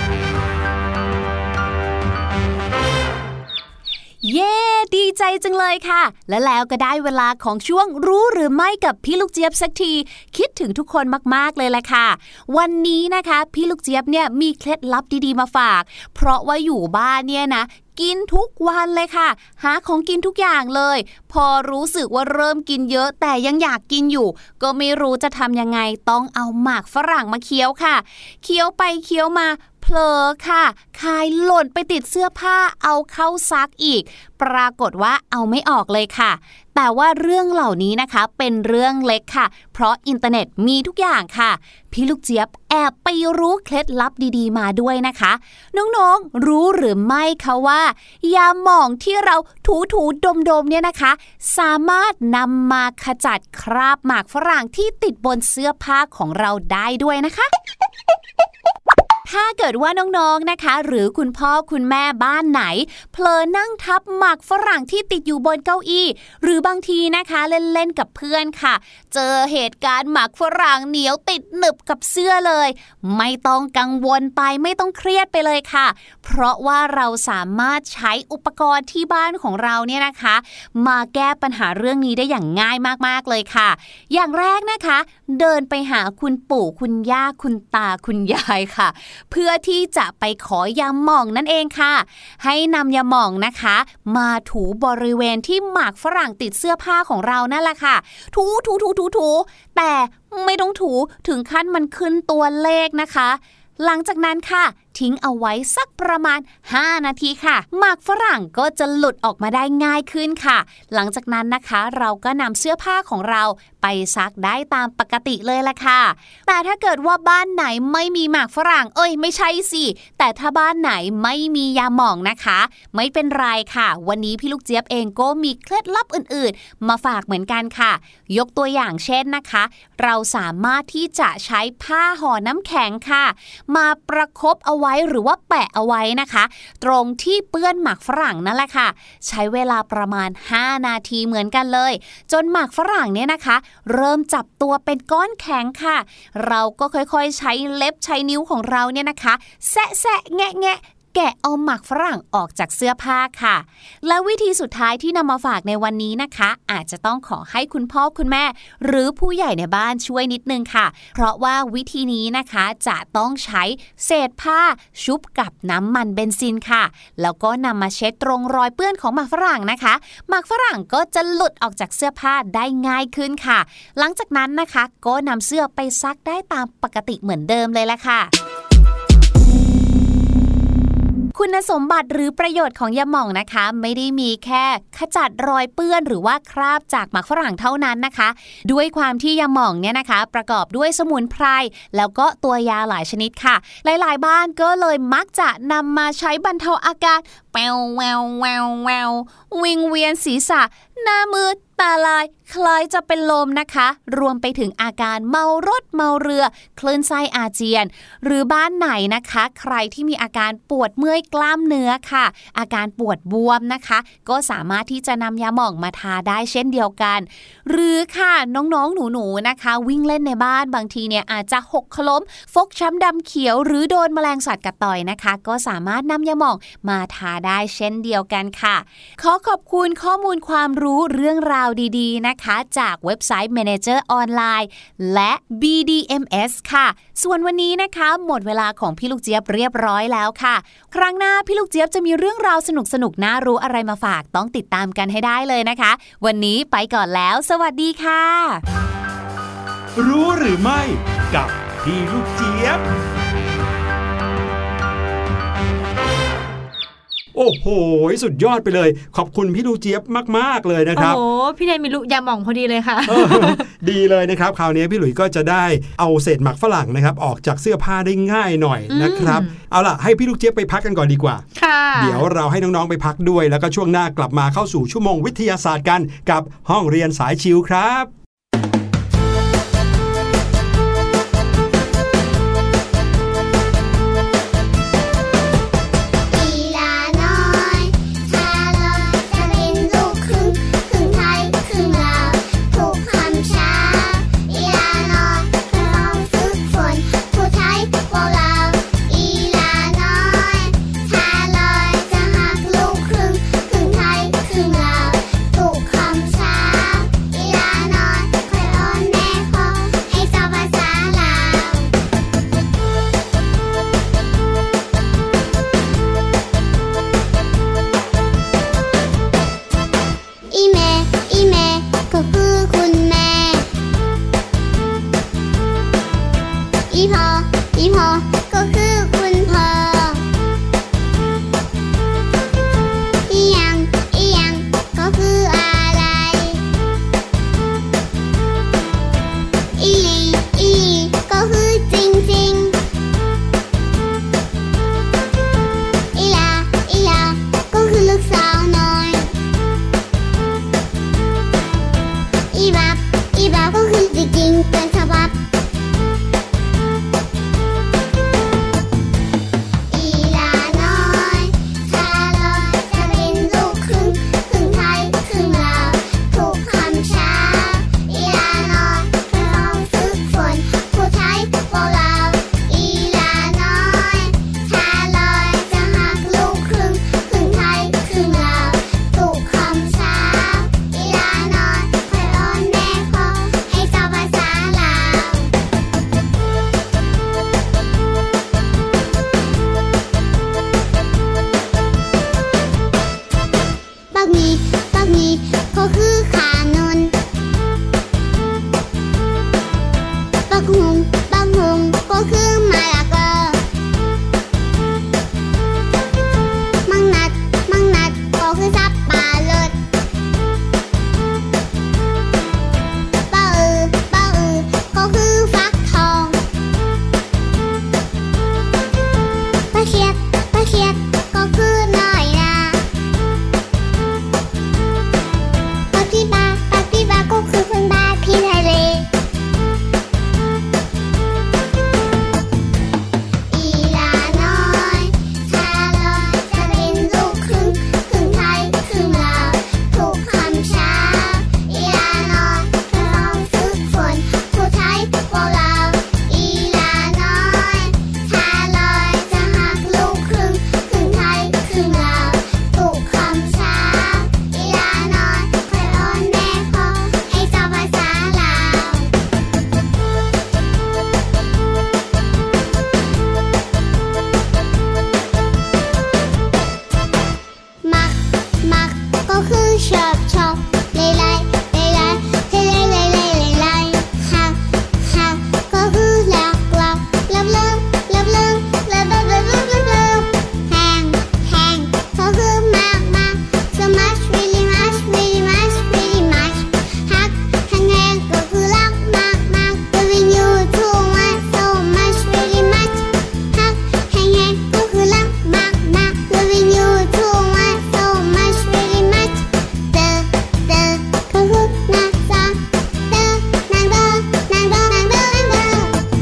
เย้ดีใจจังเลยค่ะและแล้วก็ได้เวลาของช่วงรู้หรือไม่กับพี่ลูกเจี๊ยบสักทีคิดถึงทุกคนมากๆเลยแหละค่ะวันนี้นะคะพี่ลูกเจี๊ยบเนี่ยมีเคล็ดลับดีๆมาฝากเพราะว่าอยู่บ้านเนี่ยนะกินทุกวันเลยค่ะหาของกินทุกอย่างเลยพอรู้สึกว่าเริ่มกินเยอะแต่ยังอยากกินอยู่ก็ไม่รู้จะทำยังไงต้องเอาหมากฝรั่งมาเคี้ยวค่ะเคี้ยวไปเคี้ยวมาเผลอค่ะคายหล่นไปติดเสื้อผ้าเอาเข้าซักอีกปรากฏว่าเอาไม่ออกเลยค่ะแต่ว่าเรื่องเหล่านี้นะคะเป็นเรื่องเล็กค่ะเพราะอินเทอร์เน็ตมีทุกอย่างค่ะพี่ลูกเจี๊ยบแอบไปรู้เคล็ดลับดีๆมาด้วยนะคะน้องๆรู้หรือไม่คะว่ายาหม่องที่เราถูๆดมๆเนี่ยนะคะสามารถนำมาขจัดคราบหมากฝรั่งที่ติดบนเสื้อผ้าของเราได้ด้วยนะคะถ้าเกิดว่าน้องๆนะคะหรือคุณพ่อคุณแม่บ้านไหนเผลอนั่งทับหมากฝรั่งที่ติดอยู่บนเก้าอี้หรือบางทีนะคะเล่นๆกับเพื่อนค่ะเจอเหตุการณ์หมากฝรั่งเหนียวติดหนึบกับเสื้อเลยไม่ต้องกังวลไปไม่ต้องเครียดไปเลยค่ะเพราะว่าเราสามารถใช้อุปกรณ์ที่บ้านของเราเนี่ยนะคะมาแก้ปัญหาเรื่องนี้ได้อย่างง่ายมากๆเลยค่ะอย่างแรกนะคะเดินไปหาคุณปู่คุณย่าคุณตาคุณยายค่ะเพื่อที่จะไปขอยาหม่องนั่นเองค่ะให้นำยาหม่องนะคะมาถูบริเวณที่หมากฝรั่งติดเสื้อผ้าของเรานั่นแหละค่ะถูถูถูถูถูแต่ไม่ต้องถูถึงขั้นมันขึ้นตัวเลขนะคะหลังจากนั้นค่ะทิ้งเอาไว้สักประมาณห้านาทีค่ะหมากฝรั่งก็จะหลุดออกมาได้ง่ายขึ้นค่ะหลังจากนั้นนะคะเราก็นำเสื้อผ้าของเราไปซักได้ตามปกติเลยละค่ะแต่ถ้าเกิดว่าบ้านไหนไม่มีหมากฝรั่งเอ้ยไม่ใช่สิแต่ถ้าบ้านไหนไม่มียาหม่องนะคะไม่เป็นไรค่ะวันนี้พี่ลูกเจี๊ยบเองก็มีเคล็ดลับอื่นๆมาฝากเหมือนกันค่ะยกตัวอย่างเช่นนะคะเราสามารถที่จะใช้ผ้าห่อน้ำแข็งค่ะมาประคบเอาไว้หรือว่าแปะเอาไว้นะคะตรงที่เปื้อนหมากฝรั่งนั่นแหละค่ะใช้เวลาประมาณห้านาทีเหมือนกันเลยจนหมากฝรั่งเนี่ยนะคะเริ่มจับตัวเป็นก้อนแข็งค่ะเราก็ค่อยๆใช้เล็บใช้นิ้วของเราเนี่ยนะคะแซะแซะแงะแงะแกะเอาหมากฝรั่งออกจากเสื้อผ้าค่ะและวิธีสุดท้ายที่นำมาฝากในวันนี้นะคะอาจจะต้องขอให้คุณพ่อคุณแม่หรือผู้ใหญ่ในบ้านช่วยนิดนึงค่ะเพราะว่าวิธีนี้นะคะจะต้องใช้เศษผ้าชุบกับน้ำมันเบนซินค่ะแล้วก็นำมาเช็ดตรงรอยเปื้อนของหมากฝรั่งนะคะหมากฝรั่งก็จะหลุดออกจากเสื้อผ้าได้ง่ายขึ้นค่ะหลังจากนั้นนะคะก็นำเสื้อไปซักได้ตามปกติเหมือนเดิมเลยแหละค่ะคุณสมบัติหรือประโยชน์ของยาหม่องนะคะไม่ได้มีแค่ขจัดรอยเปื้อนหรือว่าคราบจากหมากฝรั่งเท่านั้นนะคะด้วยความที่ยาหม่องเนี่ยนะคะประกอบด้วยสมุนไพรแล้วก็ตัวยาหลายชนิดค่ะหลายๆบ้านก็เลยมักจะนำมาใช้บรรเทาอาการแปวแววแววแวววิงเวียนศีรษะหน้ามืดตาลายคล้ายจะเป็นลมนะคะรวมไปถึงอาการเมารถเมาเรือคลื่นไส้อาเจียนหรือบ้านไหนนะคะใครที่มีอาการปวดเมื่อยกล้ามเนื้อค่ะอาการปวดบวมนะคะก็สามารถที่จะนำยาหม่องมาทาได้เช่นเดียวกันหรือค่ะน้องๆหนูๆนะคะวิ่งเล่นในบ้านบางทีเนี่ยอาจจะหกล้มฟกช้ำดำเขียวหรือโดนแมลงสัตว์กัดต่อยนะคะก็สามารถนำยาหม่องมาทาได้เช่นเดียวกันค่ะขอขอบคุณข้อมูลความรู้เรื่องราวดีๆนะคะจากเว็บไซต์ Manager ออนไลน์และ บี ดี เอ็ม เอส ค่ะส่วนวันนี้นะคะหมดเวลาของพี่ลูกเจี๊ยบเรียบร้อยแล้วค่ะครั้งหน้าพี่ลูกเจี๊ยบจะมีเรื่องราวสนุกๆน่ารู้อะไรมาฝากต้องติดตามกันให้ได้เลยนะคะวันนี้ไปก่อนแล้วสวัสดีค่ะรู้หรือไม่กับพี่ลูกเจี๊ยบโอ้โหสุดยอดไปเลยขอบคุณพี่ลูกเจี๊ยบมากๆเลยนะครับโอ้โหพี่แนนมีลูกยาหม่องพอดีเลยค่ะดีเลยนะครับคราวนี้พี่หลุยก็จะได้เอาเศษหมักฝรั่งนะครับออกจากเสื้อผ้าได้ง่ายหน่อยนะครับเอาล่ะให้พี่ลูกเจี๊ยบไปพักกันก่อนดีกว่าเดี๋ยวเราให้น้องๆไปพักด้วยแล้วก็ช่วงหน้ากลับมาเข้าสู่ชั่วโมงวิทยาศาสตร์กันกับห้องเรียนสายชิลครับน้อยก็คือชอบชอบเลยไล่เลยไล่เลยไล่เลยไล่เลยไล่ฮักฮักก็คือรักรักลับเลิกลับเลิกลับเลิกลับเลิกลับเลิกแหงแหงก็คือมากมาก so much really much really much really much ฮักแหงแหงก็คือรักมากมาก loving you too much so much really much ฮักแหงแหงก็คือรักมากมาก loving you too much so much really much เดอเดอก็คือนางซาเดอนางเดอนางเดอนางเดอนางเดอ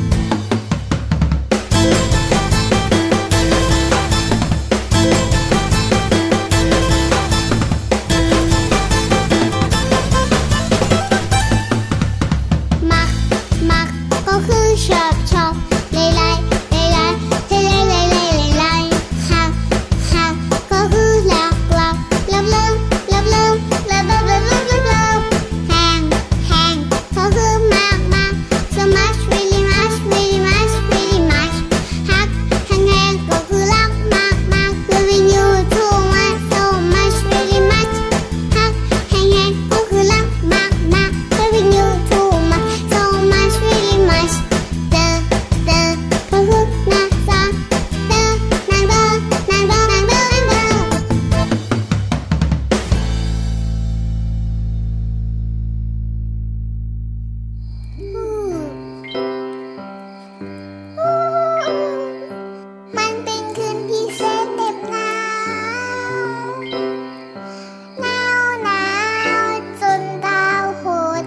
มักมักก็คือชอบชอบเลยไล่เลยไล่เลยไล่เลยไล่เลยไล่ฮักฮักก็คือรักรักลับเลิกลับเลิกลับเลิกลับเลิกลับเลิกแหงแหงก็คือมากมาก so much really much really much really much ฮักแหงแหงก็คือรักมากมาก loving you too much so much really much ฮักแหงแหงก็คือรักมากมาก loving you too much so much really much เดอเดอก็คือนางซาเดอนางเดอนางเดอนางเดอนางเดอมันเป็นคืนพิเศษเหน็บหนาวหนาวหนาวจนดาวหด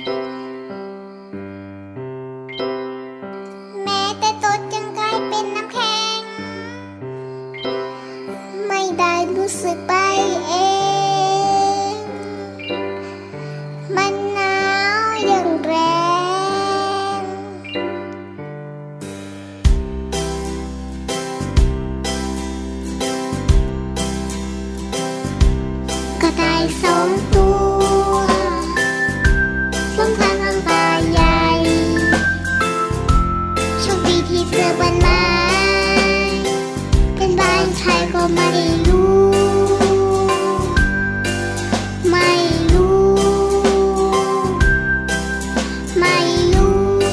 แม้แต่ตดยังกลายเป็นน้ำแข็งไม่ได้รู้สึกไปเองมันหนาวอย่างแรงกระต่ายสองตัวสงทางข้างป่าใหญ่โชคดีที่เจอบ้านไม้เป็นบ้านใครก็ไม่รู้ ไม่รู้ ไม่รู้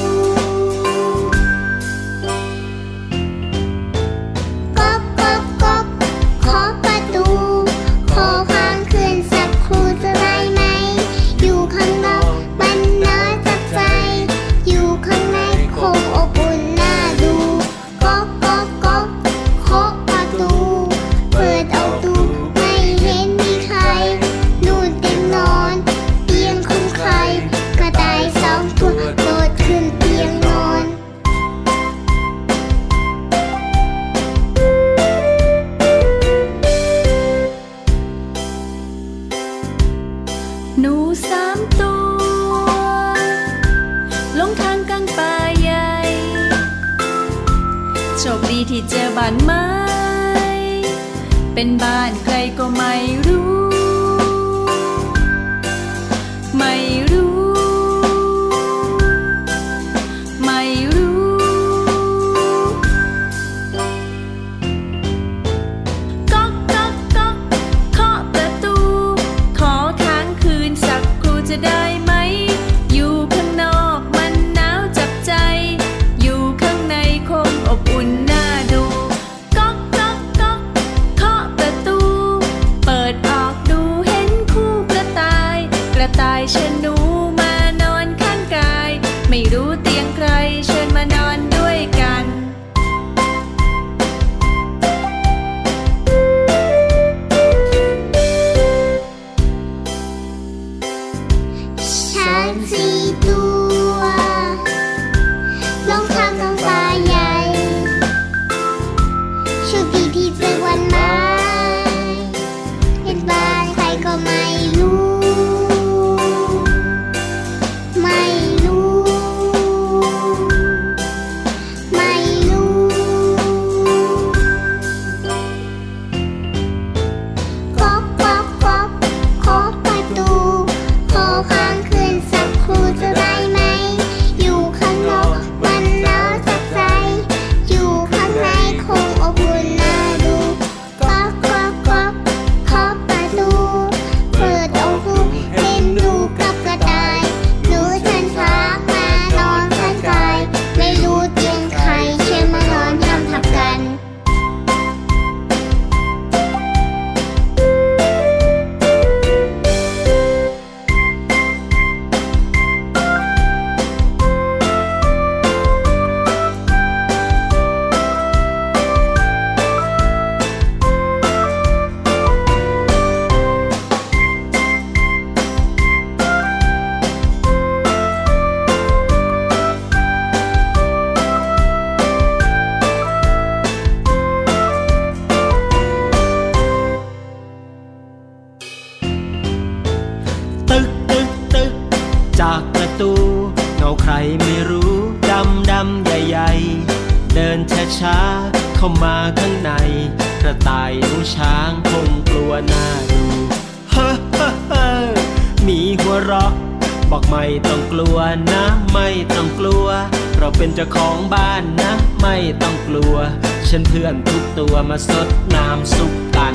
ก๊อกก๊อกก๊อกเคาะประตูขอค้างคืนสักครู่จะได้ไหม อยู่ข้างนอกมันน่าจับใจ อยู่ข้างในคงอบอุ่นน่าดูก๊อกก๊อกก๊อกเคาะประตูเปิดเอาดูไม่เห็นมีใครนู่นเต็มนอนเตียงของใครกระต่ายสองตัวโดดขึ้นเตียงนอนหนูสามตัวหลงทางกลางป่าใหญ่โชคดีที่เจอบ้านไม้เป็นบ้านใครก็ไม่รู้ ไม่รู้ ไม่รู้ ก๊อกก๊อกก๊อกเคาะประตู ขอค้างคืนสักครู่จะได้ไหม อยู่ข้างนอกมันหนาวจับใจ อยู่ข้างในคงอบอุ่นน่าดูก๊อกก๊อกก๊อกเคาะประตู เปิดออกเข้ามาข้างในกระต่ายหนูช้างคงกลัวหน้าดูเฮ้อเฮ้อเฮ้อมีหัวเราะบอกไม่ต้องกลัวนะไม่ต้องกลัวเราเป็นเจ้าของบ้านนะไม่ต้องกลัวฉันเพื่อนทุกตัวมาสดน้ำซุปกัน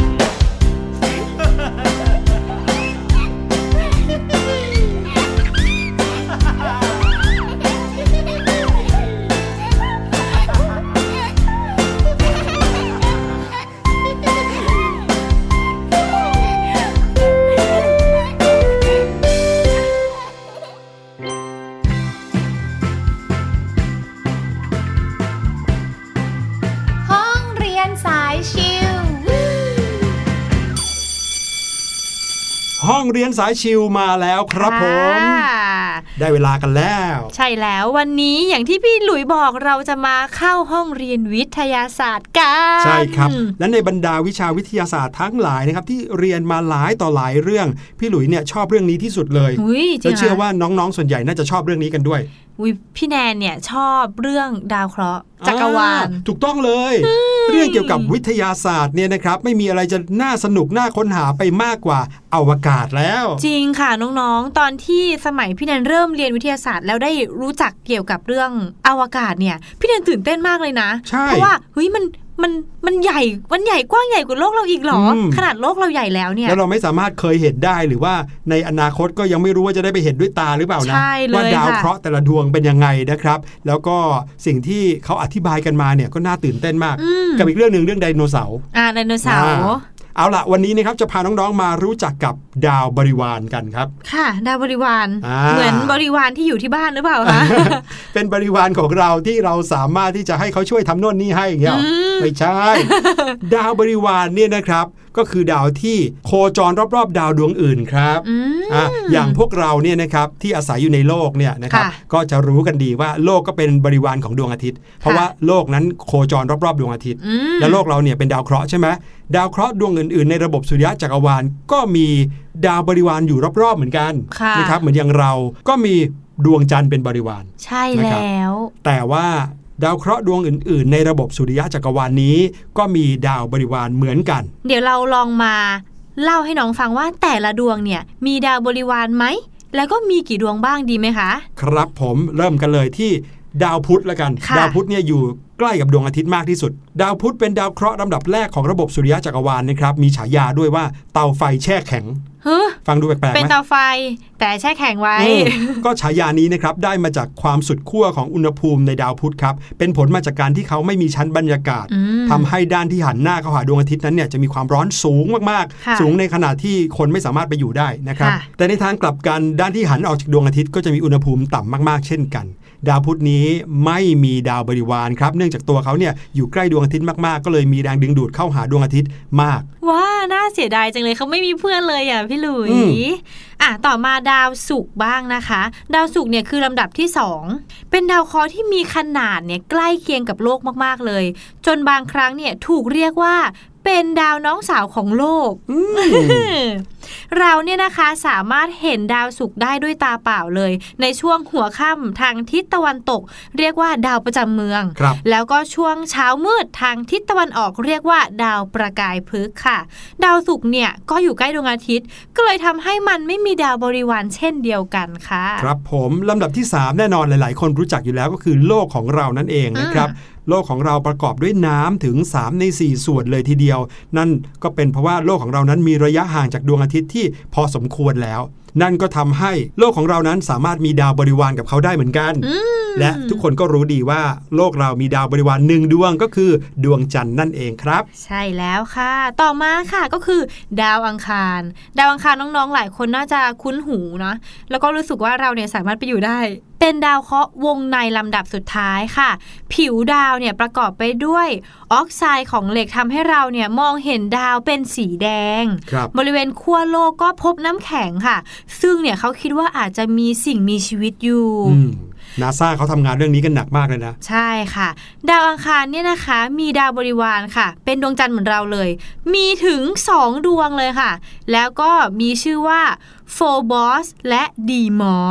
ห้องเรียนสายชิลมาแล้วครับผมได้เวลากันแล้วใช่แล้ววันนี้อย่างที่พี่หลุยบอกเราจะมาเข้าห้องเรียนวิทยาศาสตร์กันใช่ครับและในบรรดาวิชาวิทยาศาสตร์ทั้งหลายนะครับที่เรียนมาหลายต่อหลายเรื่องพี่หลุยเนี่ยชอบเรื่องนี้ที่สุดเลยและเชื่อว่าน้องๆส่วนใหญ่น่าจะชอบเรื่องนี้กันด้วยพี่แนนเนี่ยชอบเรื่องดาวเคราะห์จักรวาลถูกต้องเลยเรื่องเกี่ยวกับวิทยาศาสตร์เนี่ยนะครับไม่มีอะไรจะน่าสนุกน่าค้นหาไปมากกว่าอวกาศแล้วจริงค่ะน้องๆตอนที่สมัยพี่แนนเริ่มเรียนวิทยาศาสตร์แล้วได้รู้จักเกี่ยวกับเรื่องอวกาศเนี่ยพี่แนนตื่นเต้นมากเลยนะเพราะว่าเฮ้ยมันมันมันใหญ่มันใหญ่กว้างใหญ่กว่าโลกเราอีกหรอขนาดโลกเราใหญ่แล้วเนี่ยแล้วเราไม่สามารถเคยเห็นได้หรือว่าในอนาคตก็ยังไม่รู้ว่าจะได้ไปเห็นด้วยตาหรือเปล่านะว่าดาวเคราะห์แต่ละดวงเป็นยังไงนะครับแล้วก็สิ่งที่เขาอธิบายกันมาเนี่ยก็น่าตื่นเต้นมากกับอีกเรื่องนึงเรื่องไดโนเสาร์อ่าไดโนเสาร์เอาล่ะวันนี้นะครับจะพาน้องๆมารู้จักกับดาวบริวารกันครับค่ะดาวบริวารเหมือนบริวารที่อยู่ที่บ้านหรือเปล่าคะเป็นบริวารของเราที่เราสามารถที่จะให้เขาช่วยทำโน่นนี่ให้อย่างเงี้ยไม่ใช่ ดาวบริวารเนี่ยนะครับก็คือดาวที่โคจรรอบๆดาวดวงอื่นครับอ่ะอย่างพวกเราเนี่ยนะครับที่อาศัยอยู่ในโลกเนี่ยนะครับก็จะรู้กันดีว่าโลกก็เป็นบริวารของดวงอาทิตย์เพราะว่าโลกนั้นโคจรรอบๆดวงอาทิตย์และโลกเราเนี่ยเป็นดาวเคราะห์ใช่ไหมดาวเคราะห์ดวงอื่นๆในระบบสุริยะจักรวาลก็มีดาวบริวารอยู่รอบๆเหมือนกันนะครับเหมือนอย่างเราก็มีดวงจันทร์เป็นบริวารใช่แล้วแต่ว่าดาวเคราะห์ดวงอื่นๆในระบบสุริยะจักรวาลนี้ก็มีดาวบริวารเหมือนกันเดี๋ยวเราลองมาเล่าให้น้องฟังว่าแต่ละดวงเนี่ยมีดาวบริวารไหมแล้วก็มีกี่ดวงบ้างดีไหมคะครับผมเริ่มกันเลยที่ดาวพุธละกันดาวพุธเนี่ยอยู่ใกล้กับดวงอาทิตย์มากที่สุดดาวพุธเป็นดาวเคราะห์ลำดับแรกของระบบสุริยะจักรวาลนะครับมีฉายาด้วยว่าเตาไฟแช่แข็งฟังดูแปลกๆไหมเป็นเตาไฟแต่แช่แข็งไว้ก็ฉายานี้นะครับได้มาจากความสุดขั้วของอุณหภูมิในดาวพุธครับเป็นผลมาจากการที่เขาไม่มีชั้นบรรยากาศทำให้ด้านที่หันหน้าเข้าหาดวงอาทิตย์นั้นเนี่ยจะมีความร้อนสูงมากๆสูงในขนาดที่คนไม่สามารถไปอยู่ได้นะครับแต่ในทางกลับกันด้านที่หันออกจากดวงอาทิตย์ก็จะมีอุณหภูมิต่ำมากๆเช่นกันดาวพุธนี้ไม่มีดาวบริวารครับเนื่องจากตัวเขาเนี่ยอยู่ใกล้ดวงอาทิตย์มากๆก็เลยมีแรงดึงดูดเข้าหาดวงอาทิตย์มากว้าน่าเสียดายจังเลยเขาไม่มีเพื่อนเลยอ่ะพี่หลุยอ่ะต่อมาดาวศุกร์บ้างนะคะดาวศุกร์เนี่ยคือลำดับที่สองเป็นดาวเคราะห์ที่มีขนาดเนี่ยใกล้เคียงกับโลกมากๆเลยจนบางครั้งเนี่ยถูกเรียกว่าเป็นดาวน้องสาวของโลกเราเนี่ยนะคะสามารถเห็นดาวศุกร์ได้ด้วยตาเปล่าเลยในช่วงหัวค่ำทางทิศตะวันตกเรียกว่าดาวประจำเมืองแล้วก็ช่วงเช้ามืดทางทิศตะวันออกเรียกว่าดาวประกายพฤกษ์ค่ะดาวศุกร์เนี่ยก็อยู่ใกล้ดวงอาทิตย์ก็เลยทำให้มันไม่มีดาวบริวารเช่นเดียวกันค่ะครับผมลำดับที่สามแน่นอนหลายๆคนรู้จักอยู่แล้วก็คือโลกของเรานั่นเองนะครับโลกของเราประกอบด้วยน้ำถึงสามในสี่ส่วนเลยทีเดียวนั่นก็เป็นเพราะว่าโลกของเรานั้นมีระยะห่างจากดวงอาทิตย์ที่พอสมควรแล้วนั่นก็ทำให้โลกของเรานั้นสามารถมีดาวบริวารกับเขาได้เหมือนกันและทุกคนก็รู้ดีว่าโลกเรามีดาวบริวารหนึ่งดวงก็คือดวงจันทร์นั่นเองครับใช่แล้วค่ะต่อมาค่ะก็คือดาวอังคารดาวอังคารน้องๆหลายคนน่าจะคุ้นหูนะแล้วก็รู้สึกว่าเราเนี่ยสามารถไปอยู่ได้เป็นดาวเคราะห์วงในลำดับสุดท้ายค่ะผิวดาวเนี่ยประกอบไปด้วยออกไซด์ของเหล็กทำให้เราเนี่ยมองเห็นดาวเป็นสีแดง บบริเวณขั้วโลกก็พบน้ำแข็งค่ะซึ่งเนี่ยเขาคิดว่าอาจจะมีสิ่งมีชีวิตอยู่นาซาเขาทำงานเรื่องนี้กันหนักมากเลยนะใช่ค่ะดาวอังคารเนี่ยนะคะมีดาวบริวารค่ะเป็นดวงจันทร์เหมือนเราเลยมีถึงสองดวงเลยค่ะแล้วก็มีชื่อว่าโฟบอสและดีมอส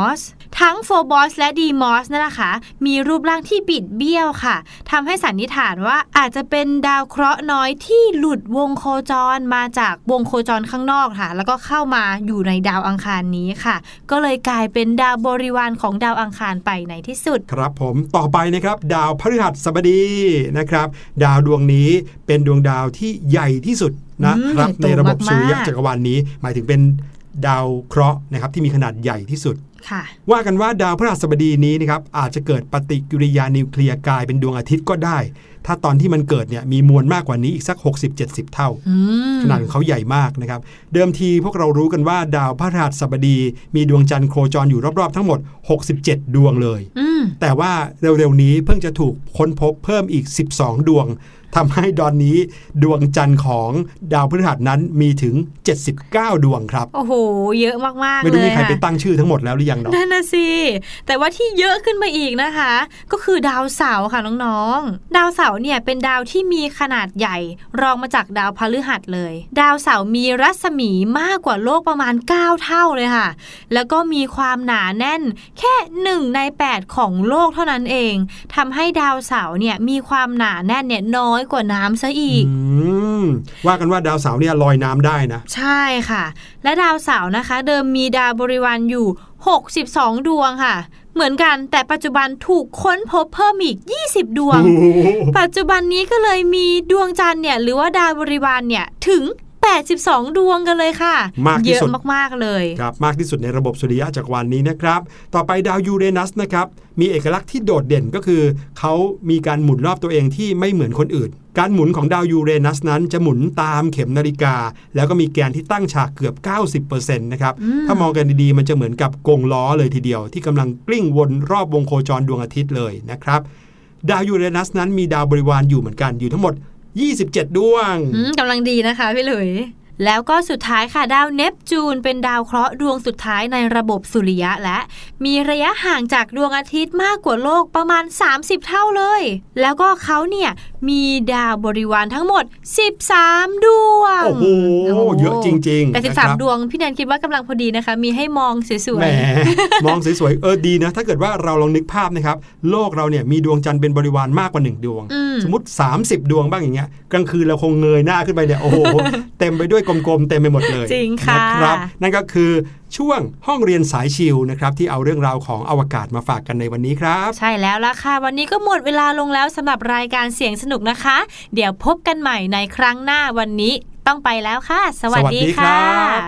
ทั้งโฟบอสและดีมอสนั่นนะคะมีรูปร่างที่บิดเบี้ยวค่ะทำให้สันนิษฐานว่าอาจจะเป็นดาวเคราะห์น้อยที่หลุดวงโคจรมาจากวงโคจรข้างนอกค่ะแล้วก็เข้ามาอยู่ในดาวอังคารนี้ค่ะก็เลยกลายเป็นดาวบริวารของดาวอังคารไปในที่สุดครับผมต่อไปนะครับดาวพฤหัสบดีนะครับดาวดวงนี้เป็นดวงดาวที่ใหญ่ที่สุดนะครับในระบบสุริยะจักรวาลนี้หมายถึงเป็นดาวเคราะห์นะครับที่มีขนาดใหญ่ที่สุดว่ากันว่าดาวพฤหัสบดีนี้นะครับอาจจะเกิดปฏิกิริยานิวเคลียร์กลายเป็นดวงอาทิตย์ก็ได้ถ้าตอนที่มันเกิดเนี่ยมีมวลมากกว่านี้อีกสัก หกสิบเจ็ดสิบ เท่าขนาดของเขาใหญ่มากนะครับเดิมทีพวกเรารู้กันว่าดาวพฤหัสบดีมีดวงจันทร์โคจรอยู่รอบๆทั้งหมดหกสิบเจ็ดดวงเลยแต่ว่าเร็วๆนี้เพิ่งจะถูกค้นพบเพิ่มอีกสิบสองดวงทำให้ตอนนี้ดวงจันทร์ของดาวพฤหัสนั้นมีถึงเจ็ดสิบเก้าดวงครับโอ้โหเยอะมากๆเลยไม่รู้มีใครไปตั้งชื่อทั้งหมดแล้วหรือยังเนาะนั่นน่ะสิแต่ว่าที่เยอะขึ้นมาอีกนะคะก็คือดาวเสาร์ค่ะน้องๆดาวเสาร์เนี่ยเป็นดาวที่มีขนาดใหญ่รองมาจากดาวพฤหัสเลยดาวเสาร์มีรัศมีมากกว่าโลกประมาณเก้าเท่าเลยค่ะแล้วก็มีความหนาแน่นแค่หนึ่งในแปดของโลกเท่านั้นเองทำให้ดาวเสาร์เนี่ยมีความหนาแน่นเนี่ยน้อยกว่าน้ำซะอีกว่ากันว่าดาวเสาร์เนี่ยลอยน้ำได้นะใช่ค่ะและดาวเสาร์นะคะเดิมมีดาวบริวารอยู่หกสิบสองดวงค่ะเหมือนกันแต่ปัจจุบันถูกค้นพบเพิ่มอีกยี่สิบดวงปัจจุบันนี้ก็เลยมีดวงจันทร์เนี่ยหรือว่าดาวบริวารเนี่ยถึงแปดสิบสองดวงกันเลยค่ะเยอะมากๆเลยครับมากที่สุดในระบบสุริยะจักรวาลนี้นะครับต่อไปดาวยูเรนัสนะครับมีเอกลักษณ์ที่โดดเด่นก็คือเขามีการหมุนรอบตัวเองที่ไม่เหมือนคนอื่นการหมุนของดาวยูเรนัสนั้นจะหมุนตามเข็มนาฬิกาแล้วก็มีแกนที่ตั้งฉากเกือบ เก้าสิบเปอร์เซ็นต์ นะครับถ้ามองกันดีๆมันจะเหมือนกับกงล้อเลยทีเดียวที่กำลังกลิ้งวนรอบวงโคจรดวงอาทิตย์เลยนะครับดาวยูเรนัสนั้นมีดาวบริวารอยู่เหมือนกันอยู่ทั้งหมดยี่สิบเจ็ดดวงกำลังดีนะคะพี่หลุยแล้วก็สุดท้ายค่ะดาวเนปจูนเป็นดาวเคราะห์ดวงสุดท้ายในระบบสุริยะและมีระยะห่างจากดวงอาทิตย์มากกว่าโลกประมาณสามสิบเท่าเลยแล้วก็เขาเนี่ยมีดาวบริวารทั้งหมดสิบสามดวงโอ้โหเยอะจริงๆแต่สิบสามดวงพี่แนนคิดว่ากำลังพอดีนะคะมีให้มองสวยๆแหมมองสวยๆเออดีนะถ้าเกิดว่าเราลองนึกภาพนะครับโลกเราเนี่ยมีดวงจันทร์เป็นบริวารมากกว่าหนึ่งดวงสมมุติสามสิบดวงบ้างอย่างเงี้ยกลางคืนเราคงเงยหน้าขึ้นไปเนี่ยโอ้โหเต็มไปด้วยกลมๆเต็มไปหมดเลยจริงค่ะนะครับนั่นก็คือช่วงห้องเรียนสายชิลนะครับที่เอาเรื่องราวของอวกาศมาฝากกันในวันนี้ครับใช่แล้วล่ะค่ะวันนี้ก็หมดเวลาลงแล้วสำหรับรายการเสียงสนุกนะคะเดี๋ยวพบกันใหม่ในครั้งหน้าวันนี้ต้องไปแล้วค่ะสวัสดีค่ะ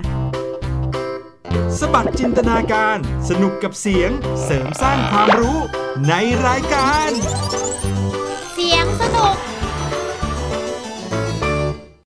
สบัดจินตนาการสนุกกับเสียงเสริมสร้างความรู้ในรายการเสียง